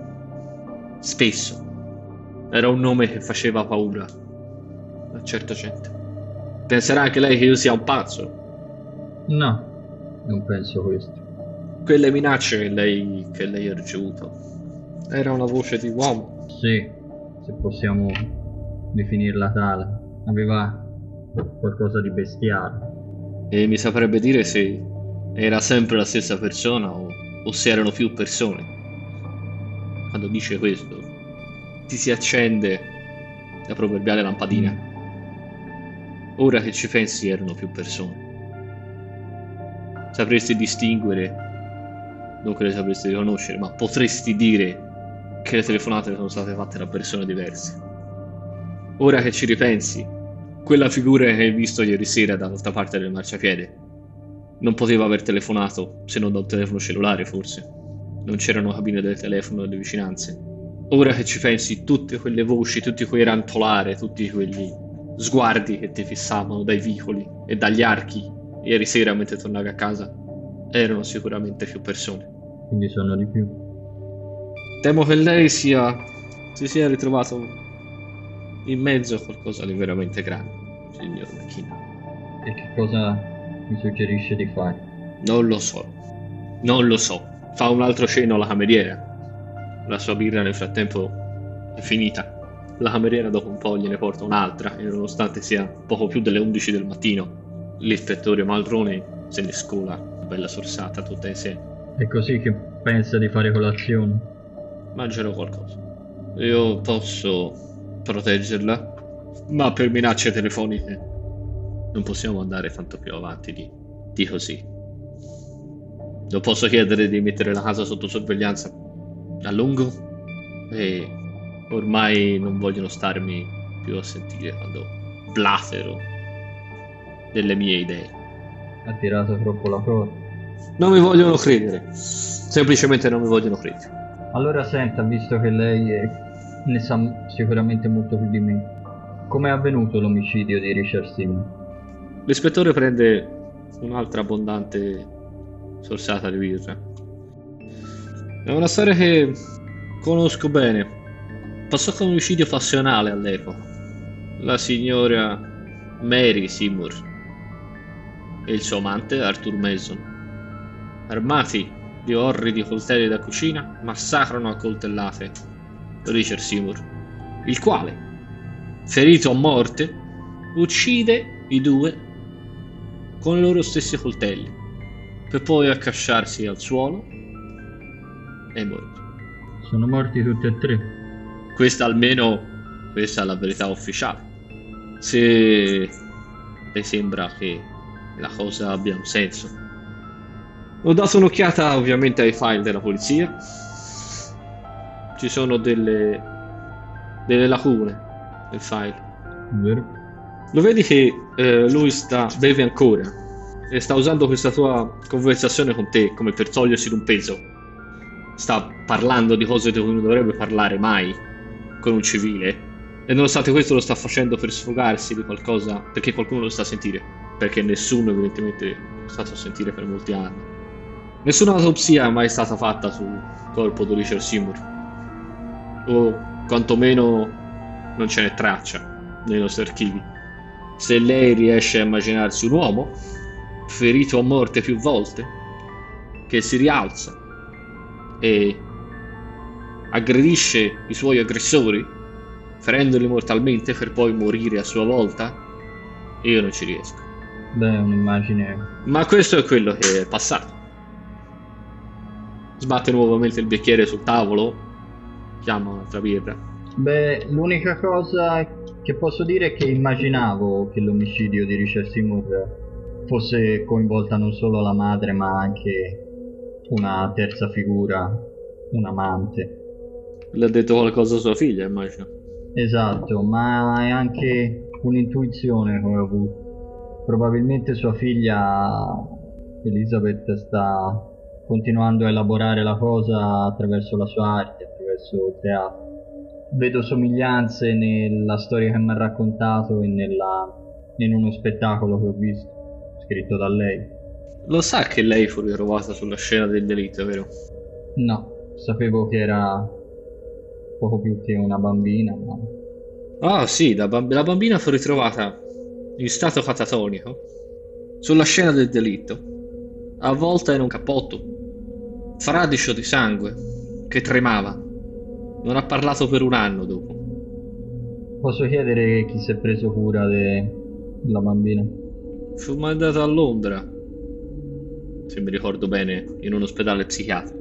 spesso. Era un nome che faceva paura a certa gente. Penserà anche lei che io sia un pazzo? No, non penso questo. Quelle minacce che lei, che lei ha ricevuto, era una voce di uomo? Sì, se possiamo definirla tale. Aveva qualcosa di bestiale. E mi saprebbe dire se era sempre la stessa persona o, o se erano più persone? Quando dice questo ti si accende la proverbiale lampadina. Ora che ci pensi, erano più persone. Sapresti distinguere, non che le sapresti riconoscere, ma potresti dire che le telefonate sono state fatte da persone diverse. Ora che ci ripensi, quella figura che hai visto ieri sera dall'altra parte del marciapiede non poteva aver telefonato se non da un telefono cellulare, forse. Non c'erano cabine del telefono nelle vicinanze. Ora che ci pensi, tutte quelle voci, tutti quei rantolare, tutti quegli sguardi che ti fissavano dai vicoli e dagli archi ieri sera mentre tornavi a casa, erano sicuramente più persone. Quindi sono di più. Temo che lei sia si sia ritrovato in mezzo a qualcosa di veramente grande, signor McKinnon. E che cosa mi suggerisce di fare? Non lo so, non lo so. Fa un altro cenno alla cameriera. La sua birra nel frattempo è finita. La cameriera dopo un po' gliene porta un'altra e nonostante sia poco più delle undici del mattino, l'ispettore Maldrone se ne scola una bella sorsata tutta insieme. È così che pensa di fare colazione? Mangerò qualcosa. Io posso proteggerla, ma per minacce telefoniche non possiamo andare tanto più avanti di, di così. Non posso chiedere di mettere la casa sotto sorveglianza a lungo e ormai non vogliono starmi più a sentire quando blatero delle mie idee. Ha tirato troppo la corda. Non mi vogliono credere, semplicemente non mi vogliono credere. Allora senta, visto che lei è... ne sa sicuramente molto più di me, come è avvenuto l'omicidio di Richard Seymour? L'ispettore prende un'altra abbondante sorsata di birra. È una storia che conosco bene. Passò come omicidio passionale all'epoca. La signora Mary Seymour e il suo amante Arthur Mason, armati di orridi coltelli da cucina, massacrano a coltellate Richard Seymour, il quale, ferito a morte, uccide i due con i loro stessi coltelli, per poi accasciarsi al suolo e morire. Sono morti tutti e tre. Questa almeno, questa è la verità ufficiale. Se le sembra che la cosa abbia un senso. Ho dato un'occhiata ovviamente ai file della polizia. Ci sono delle delle lacune nel file. Vero? Lo vedi che eh, lui sta beve ancora e sta usando questa tua conversazione con te come per togliersi un peso. Sta parlando di cose di cui non dovrebbe parlare mai con un civile, e nonostante questo lo sta facendo per sfogarsi di qualcosa, perché qualcuno lo sta a sentire, perché nessuno evidentemente lo è stato a sentire per molti anni. Nessuna autopsia è mai stata fatta sul corpo di Richard Seymour, o quantomeno non ce n'è traccia nei nostri archivi. Se lei riesce a immaginarsi un uomo ferito a morte più volte, che si rialza e aggredisce i suoi aggressori, ferendoli mortalmente per poi morire a sua volta, io non ci riesco. Beh, è un'immagine... Ma questo è quello che è passato. Sbatte nuovamente il bicchiere sul tavolo, chiama un'altra birra. Beh, l'unica cosa che posso dire è che immaginavo che l'omicidio di Richard Seymour fosse coinvolta non solo la madre, ma anche una terza figura, un amante. Le ha detto qualcosa a sua figlia, immagino. Esatto, ma è anche un'intuizione che ho avuto. Probabilmente sua figlia Elizabeth sta continuando a elaborare la cosa attraverso la sua arte, attraverso il teatro. Vedo somiglianze nella storia che mi ha raccontato e nella, in uno spettacolo che ho visto, scritto da lei. Lo sa che lei fu ritrovata sulla scena del delitto, vero? No, sapevo che era poco più che una bambina, ma... Ah sì, la, bamb- la bambina fu ritrovata in stato catatonico sulla scena del delitto, avvolta in un cappotto, fradicio di sangue, che tremava. Non ha parlato per un anno dopo. Posso chiedere chi si è preso cura de- della bambina? Fu mandata a Londra, se mi ricordo bene, in un ospedale psichiatrico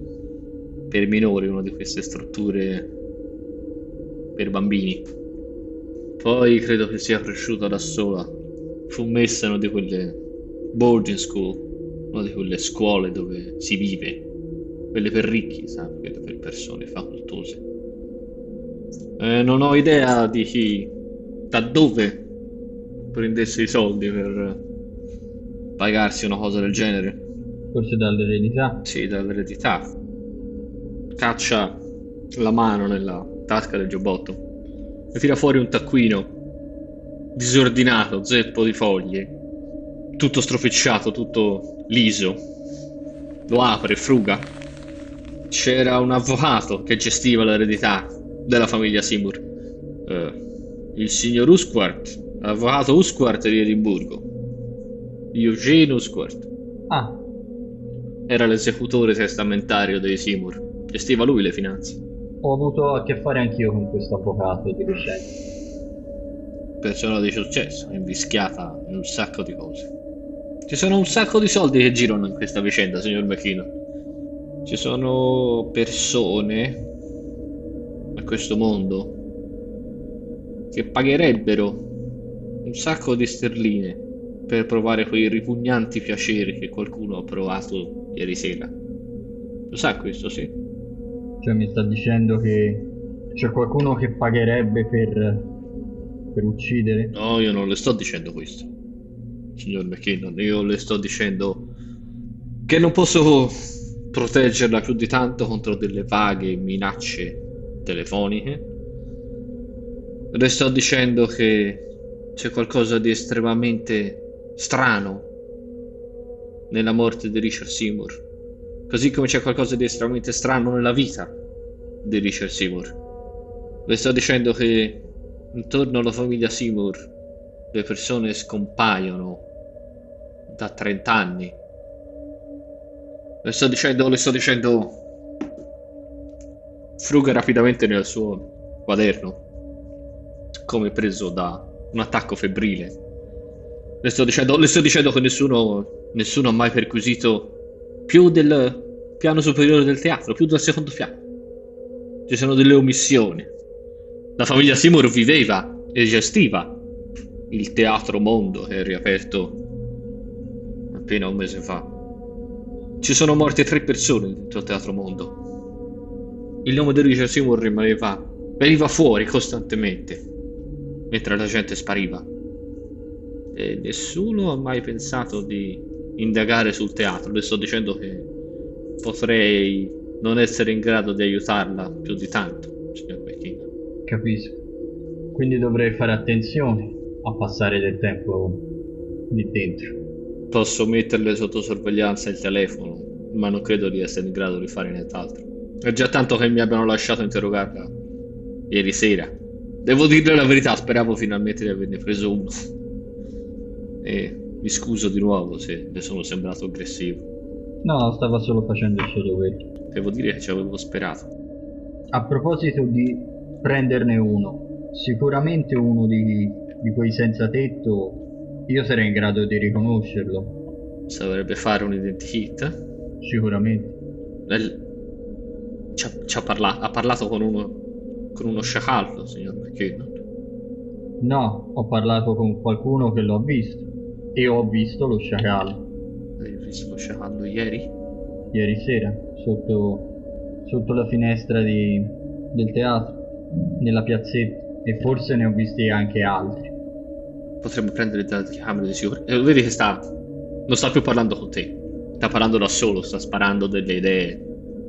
per minori, una di queste strutture per bambini. Poi credo che sia cresciuta da sola. Fu messa in una di quelle boarding school, una di quelle scuole dove si vive, quelle per ricchi, sai, quelle per persone facoltose. Eh, non ho idea di chi, da dove prendesse i soldi per pagarsi una cosa del genere. Forse dall'eredità? Sì, dall'eredità. Caccia la mano nella tasca del giubbotto e tira fuori un taccuino disordinato, zeppo di foglie, tutto stropicciato, tutto liso. Lo apre, fruga. C'era un avvocato che gestiva l'eredità della famiglia Seymour, eh, il signor Usquart, avvocato Usquart di Edimburgo, Eugene Usquart. Ah, Era l'esecutore testamentario dei Seymour, gestiva lui le finanze. ho avuto a che fare anch'io con questo avvocato di recente. Persona di successo, invischiata in un sacco di cose. Ci sono un sacco di soldi che girano in questa vicenda, signor McKinnon. Ci sono persone a questo mondo che pagherebbero un sacco di sterline per provare quei ripugnanti piaceri che qualcuno ha provato ieri sera. Lo sa questo, sì? Cioè mi sta dicendo che c'è qualcuno che pagherebbe per, per uccidere? No, io non le sto dicendo questo, signor McKinnon. Io le sto dicendo che non posso proteggerla più di tanto contro delle vaghe minacce telefoniche. Le sto dicendo che c'è qualcosa di estremamente strano nella morte di Richard Seymour, così come c'è qualcosa di estremamente strano nella vita di Richard Seymour. Le sto dicendo che intorno alla famiglia Seymour le persone scompaiono da trenta anni. Le sto dicendo, le sto dicendo, fruga rapidamente nel suo quaderno, come preso da un attacco febbrile. Le sto dicendo, le sto dicendo che nessuno, nessuno ha mai perquisito più del piano superiore del teatro, più del secondo piano. Ci sono delle omissioni. La famiglia Seymour viveva e gestiva il Teatro Mondo, che è riaperto appena un mese fa. Ci sono morte tre persone dentro il Teatro Mondo. Il nome di Richard Seymour rimaneva, veniva fuori costantemente mentre la gente spariva. E nessuno ha mai pensato di indagare sul teatro. Le sto dicendo che potrei non essere in grado di aiutarla più di tanto, signor Becchino. Capisco. Quindi dovrei fare attenzione a passare del tempo lì dentro. Posso metterle sotto sorveglianza il telefono, ma non credo di essere in grado di fare nient'altro. È già tanto che mi abbiano lasciato interrogarla ieri sera. Devo dirle la verità, speravo finalmente di averne preso uno. E mi scuso di nuovo se le sono sembrato aggressivo. No, stava solo facendo il suo dovere. Devo dire che ci avevo sperato. A proposito di prenderne uno, sicuramente uno di, di quei senza tetto, io sarei in grado di riconoscerlo. Saprebbe fare un identikit? Sicuramente. Nel... Ci ha, ci ha, parla... ha parlato con uno con uno sciacallo, signor McKinnon? No, ho parlato con qualcuno che lo ha visto. E ho visto lo sciacallo. Hai visto lo sciacallo ieri? Ieri sera, sotto, sotto la finestra di, del teatro, nella piazzetta. E forse ne ho visti anche altri. Potremmo prendere da camere di sicurezza. Eh, vedi che sta... non sta più parlando con te. Sta parlando da solo, sta sparando delle idee.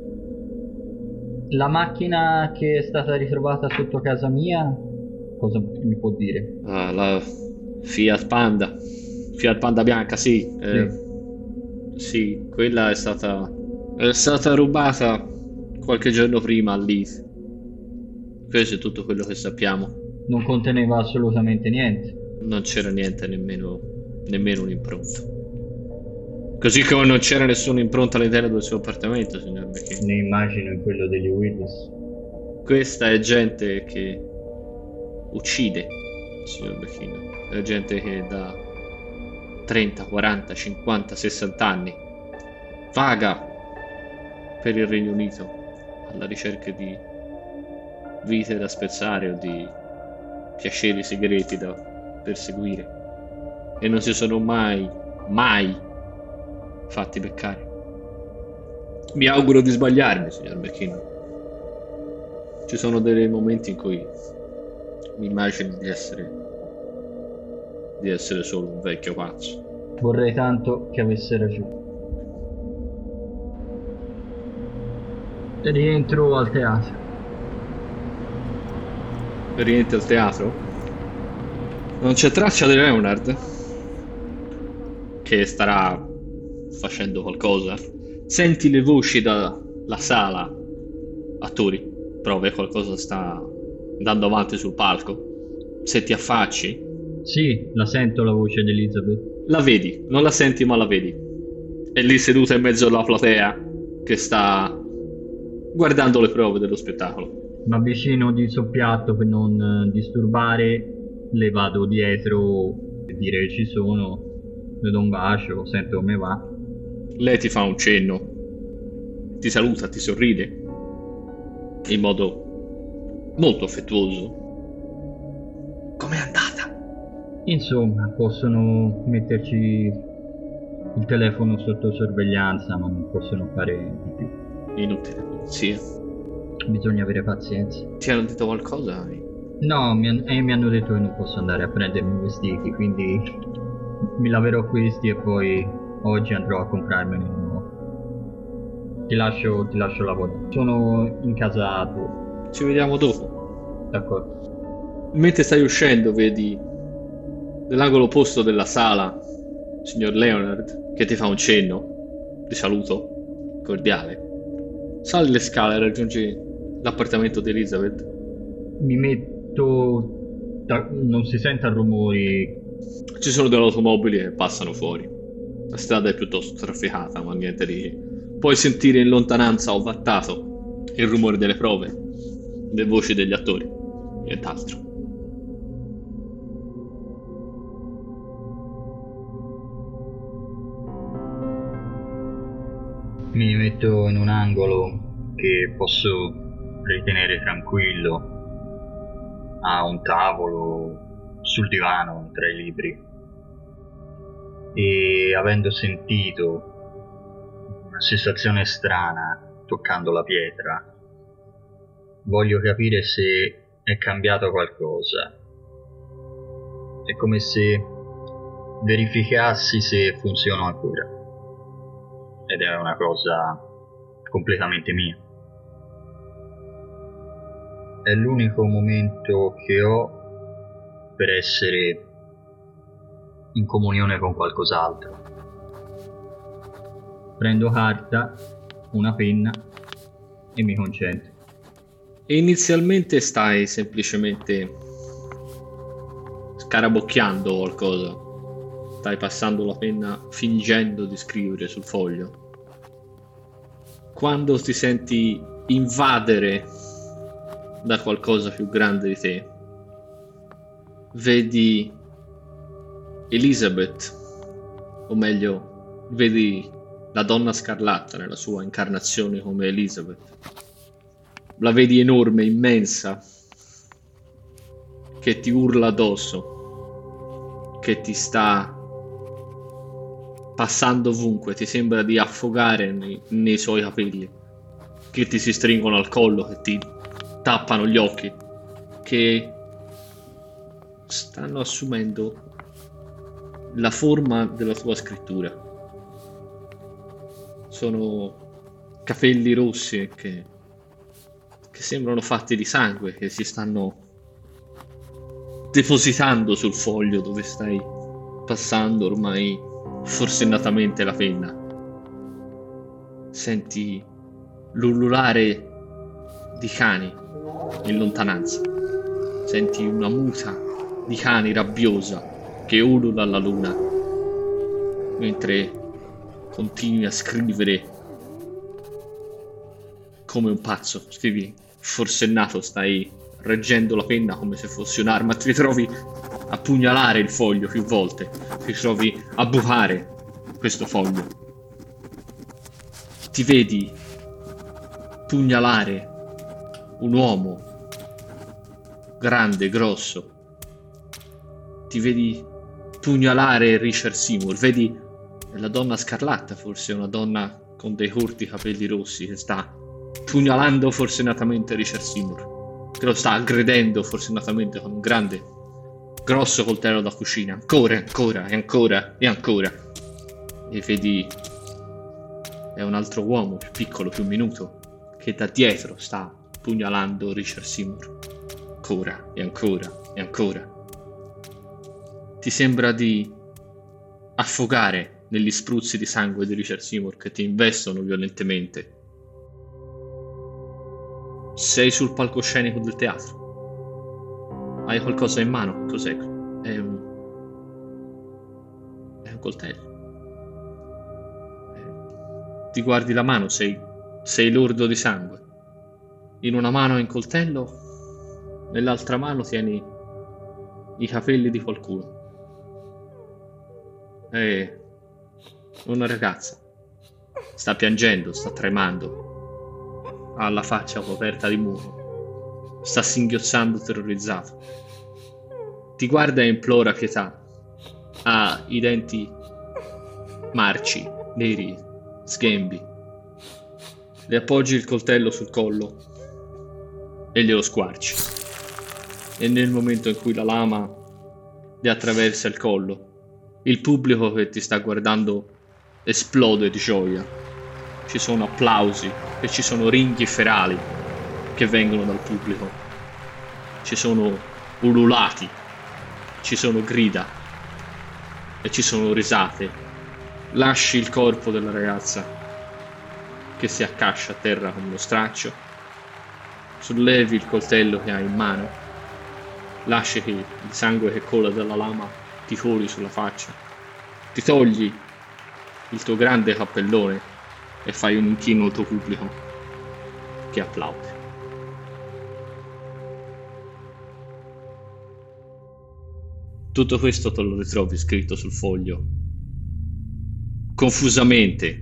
La macchina che è stata ritrovata sotto casa mia, cosa mi può dire? Ah, la Fiat Panda. Fiat Panda bianca, sì. Eh, Sì. sì, quella è stata... è stata rubata qualche giorno prima lì. Questo è tutto quello che sappiamo. Non conteneva assolutamente niente. Non c'era niente, nemmeno, nemmeno un'impronta. Così come non c'era nessuna impronta all'interno del suo appartamento, signor McKinney. Ne immagino in quello degli Willis. Questa è gente che uccide, signor McKinney. È gente che da trenta, quaranta, cinquanta, sessanta anni vaga per il Regno Unito alla ricerca di vite da spezzare o di piaceri segreti da perseguire e non si sono mai, mai fatti beccare. Mi auguro di sbagliarmi, signor McKinnon. Ci sono dei momenti in cui mi immagino di essere di essere solo un vecchio pazzo. Vorrei tanto che avesse ragione. Rientro al teatro. Rientri al teatro? Non c'è traccia di Leonard che starà facendo qualcosa. Senti le voci dalla sala. Attori, prove qualcosa sta andando avanti sul palco. Se ti affacci, Sì, la sento la voce di Elizabeth. la vedi, non la senti ma la vedi. È lì seduta in mezzo alla platea che sta guardando le prove dello spettacolo. Mi avvicino di soppiatto per non eh, disturbare, le vado dietro per dire ci sono, le do un bacio, sento come va. Lei ti fa un cenno, ti saluta, ti sorride in modo molto affettuoso. Com'è andata? Insomma, possono metterci il telefono sotto sorveglianza, ma non possono fare di più. Inutile, sì. Bisogna avere pazienza. Ti hanno detto qualcosa? No, mi, han- eh, mi hanno detto che non posso andare a prendermi i vestiti, quindi mi laverò questi e poi oggi andrò a comprarmene uno nuovo. Ti lascio, ti lascio lavorare. Sono in casa tua. Ci vediamo dopo. D'accordo. Mentre stai uscendo vedi nell'angolo opposto della sala signor Leonard che ti fa un cenno di saluto cordiale. Sali le scale e raggiungi l'appartamento di Elizabeth. Mi metto... da- non si sentono rumori. Ci sono delle automobili che passano fuori. La strada è piuttosto trafficata, ma niente di... Puoi sentire in lontananza ovattato il rumore delle prove, le voci degli attori, nient'altro. Mi metto in un angolo che posso ritenere tranquillo, a un tavolo, sul divano, tra i libri. E avendo sentito una sensazione strana toccando la pietra, voglio capire se è cambiato qualcosa. È come se verificassi se funziona ancora. Ed è una cosa completamente mia. È l'unico momento che ho per essere in comunione con qualcos'altro. Prendo carta, una penna e mi concentro. E inizialmente stai semplicemente scarabocchiando qualcosa. Stai passando la penna fingendo di scrivere sul foglio. Quando ti senti invadere da qualcosa più grande di te, vedi Elizabeth, o meglio, vedi la Donna Scarlatta nella sua incarnazione come Elizabeth. La vedi enorme, immensa, che ti urla addosso, che ti sta passando ovunque, ti sembra di affogare nei, nei suoi capelli, che ti si stringono al collo, che ti tappano gli occhi, che stanno assumendo la forma della tua scrittura. Sono capelli rossi che, che sembrano fatti di sangue, che si stanno depositando sul foglio dove stai passando ormai forsennatamente la penna. Senti l'ululare di cani in lontananza. Senti una muta di cani rabbiosa che ulula alla luna mentre continui a scrivere come un pazzo. Scrivi forsennato, stai reggendo la penna come se fosse un'arma, ti ritrovi a pugnalare il foglio più volte, ti trovi a bucare questo foglio, ti vedi pugnalare un uomo grande, grosso, ti vedi pugnalare Richard Seymour, vedi la Donna Scarlatta, forse una donna con dei corti capelli rossi, che sta pugnalando forsennatamente Richard Seymour, che lo sta aggredendo forsennatamente con un grande, grosso coltello da cucina, ancora, ancora, e ancora, e ancora. E vedi, è un altro uomo, più piccolo, più minuto, che da dietro sta pugnalando Richard Seymour, ancora, e ancora, e ancora. Ti sembra di affogare negli spruzzi di sangue di Richard Seymour che ti investono violentemente. Sei sul palcoscenico del teatro. Hai qualcosa in mano. Cos'è? È un... è un coltello. Ti guardi la mano, sei... sei lordo di sangue. In una mano hai un coltello, nell'altra mano tieni i capelli di qualcuno. È una ragazza. Sta piangendo, sta tremando. Ha la faccia coperta di muco. Sta singhiozzando terrorizzato. Ti guarda e implora pietà. Ha i denti marci, neri, sghembi. Le appoggi il coltello sul collo e glielo squarci. E nel momento in cui la lama le attraversa il collo, il pubblico che ti sta guardando esplode di gioia. Ci sono applausi e ci sono ringhi ferali che vengono dal pubblico. Ci sono ululati, ci sono grida e ci sono risate. Lasci il corpo della ragazza che si accascia a terra con uno straccio, sollevi il coltello che hai in mano, lasci che il sangue che cola dalla lama ti coli sulla faccia, ti togli il tuo grande cappellone e fai un inchino al tuo pubblico che applaude. Tutto questo te lo ritrovi scritto sul foglio confusamente,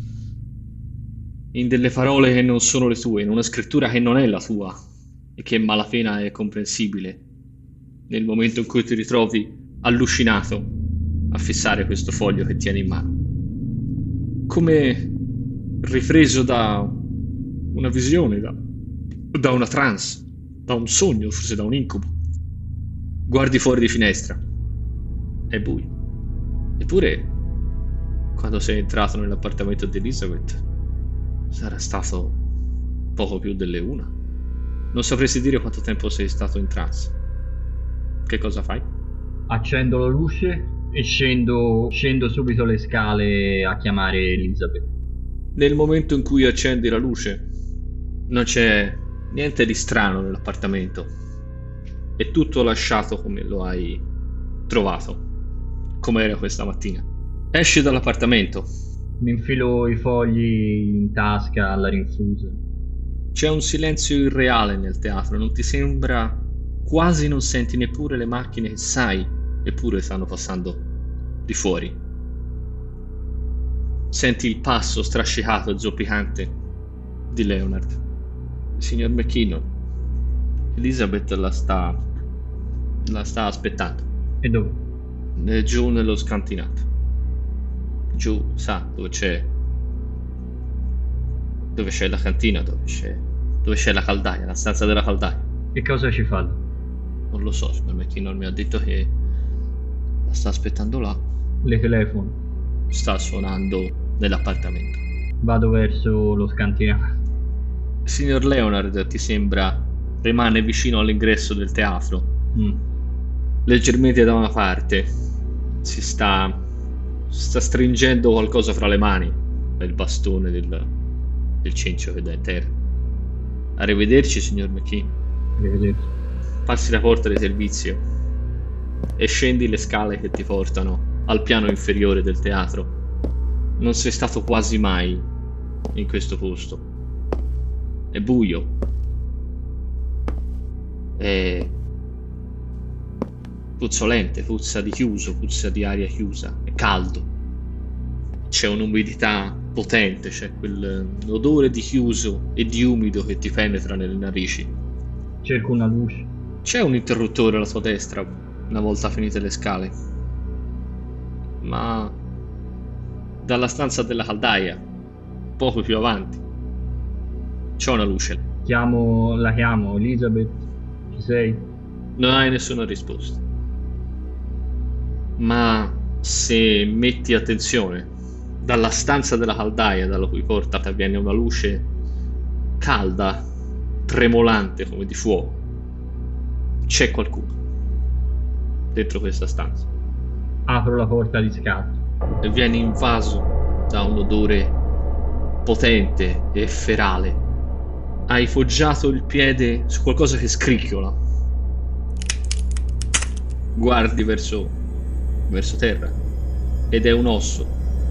in delle parole che non sono le tue, in una scrittura che non è la tua e che malapena è comprensibile nel momento in cui ti ritrovi allucinato a fissare questo foglio che tieni in mano, come ripreso da una visione, da, da una trance, da un sogno, forse da un incubo. Guardi fuori di finestra, è buio. Eppure, quando sei entrato nell'appartamento di Elizabeth, sarà stato poco più delle una. Non sapresti dire quanto tempo sei stato in trance. Che cosa fai? Accendo la luce e scendo, scendo subito le scale a chiamare Elizabeth. Nel momento in cui accendi la luce, non c'è niente di strano nell'appartamento. È tutto lasciato come lo hai trovato, come era questa mattina. Esci dall'appartamento. Mi infilo i fogli in tasca alla rinfusa. C'è un silenzio irreale nel teatro, non ti sembra, quasi non senti neppure le macchine che sai, eppure stanno passando di fuori. Senti il passo strascicato e zoppicante di Leonard. Signor McKinnon, Elizabeth la sta la sta aspettando. E dove? È giù nello scantinato. Giù, sa, dove c'è dove c'è la cantina, dove c'è dove c'è la caldaia, la stanza della caldaia. Che cosa ci fa? Non lo so, signor McKinnon mi ha detto che la sta aspettando là. Le telefono. Sta suonando nell'appartamento. Vado verso lo scantinato. Signor Leonard, ti sembra, rimane vicino all'ingresso del teatro. Mm. Leggermente da una parte si sta sta stringendo qualcosa fra le mani, il bastone del, del cencio che dà in terra. Arrivederci, signor McKinnon. Arrivederci. Passi la porta di servizio e scendi le scale che ti portano al piano inferiore del teatro. Non sei stato quasi mai in questo posto. È buio. È puzzolente, puzza di chiuso, puzza di aria chiusa, è caldo. C'è un'umidità potente, c'è quell'odore di chiuso e di umido che ti penetra nelle narici. Cerco una luce. C'è un interruttore alla tua destra una volta finite le scale, ma dalla stanza della caldaia, poco più avanti, c'è una luce. Chiamo, la chiamo, Elizabeth, ci sei? Non hai nessuna risposta. Ma se metti attenzione, dalla stanza della caldaia dalla cui porta viene una luce calda, tremolante come di fuoco. C'è qualcuno dentro questa stanza. Apro la porta di scatto. E vieni invaso da un odore potente e ferale. Hai poggiato il piede su qualcosa che scricchiola. Guardi verso, verso terra ed è un osso.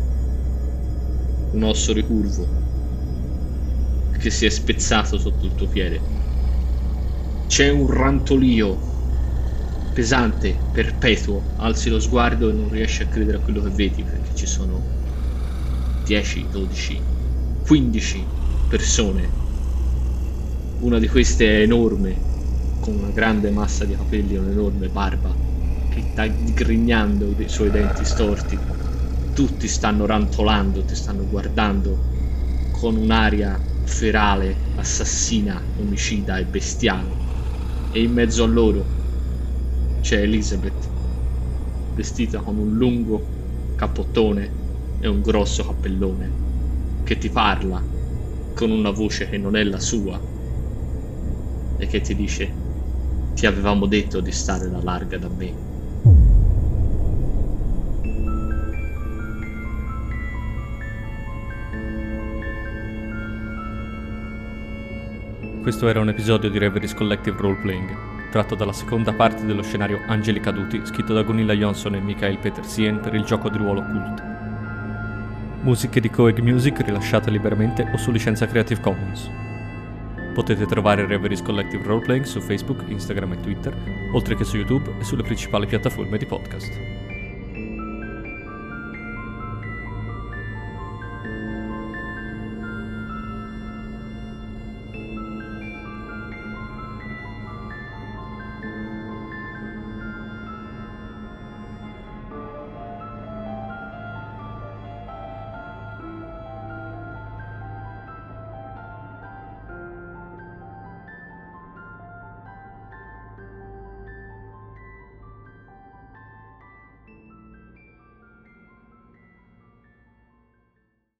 Un osso ricurvo che si è spezzato sotto il tuo piede. C'è un rantolio pesante, perpetuo. Alzi lo sguardo e non riesci a credere a quello che vedi, perché ci sono dieci, dodici, quindici persone. Una di queste è enorme, con una grande massa di capelli e un'enorme barba che sta digrignando i suoi denti storti. Tutti stanno rantolando, ti stanno guardando con un'aria ferale, assassina, omicida e bestiale. E in mezzo a loro c'è Elizabeth, vestita con un lungo cappottone e un grosso cappellone, che ti parla con una voce che non è la sua e che ti dice: ti avevamo detto di stare alla larga da me. Questo era un episodio di Reveries Collective Roleplaying, tratto dalla seconda parte dello scenario Angeli Caduti, scritto da Gunilla Jonsson e Michael Petersien per il gioco di ruolo Cult. Musiche di Coeg Music rilasciate liberamente o su licenza Creative Commons. Potete trovare Reveries Collective Roleplaying su Facebook, Instagram e Twitter, oltre che su YouTube e sulle principali piattaforme di podcast.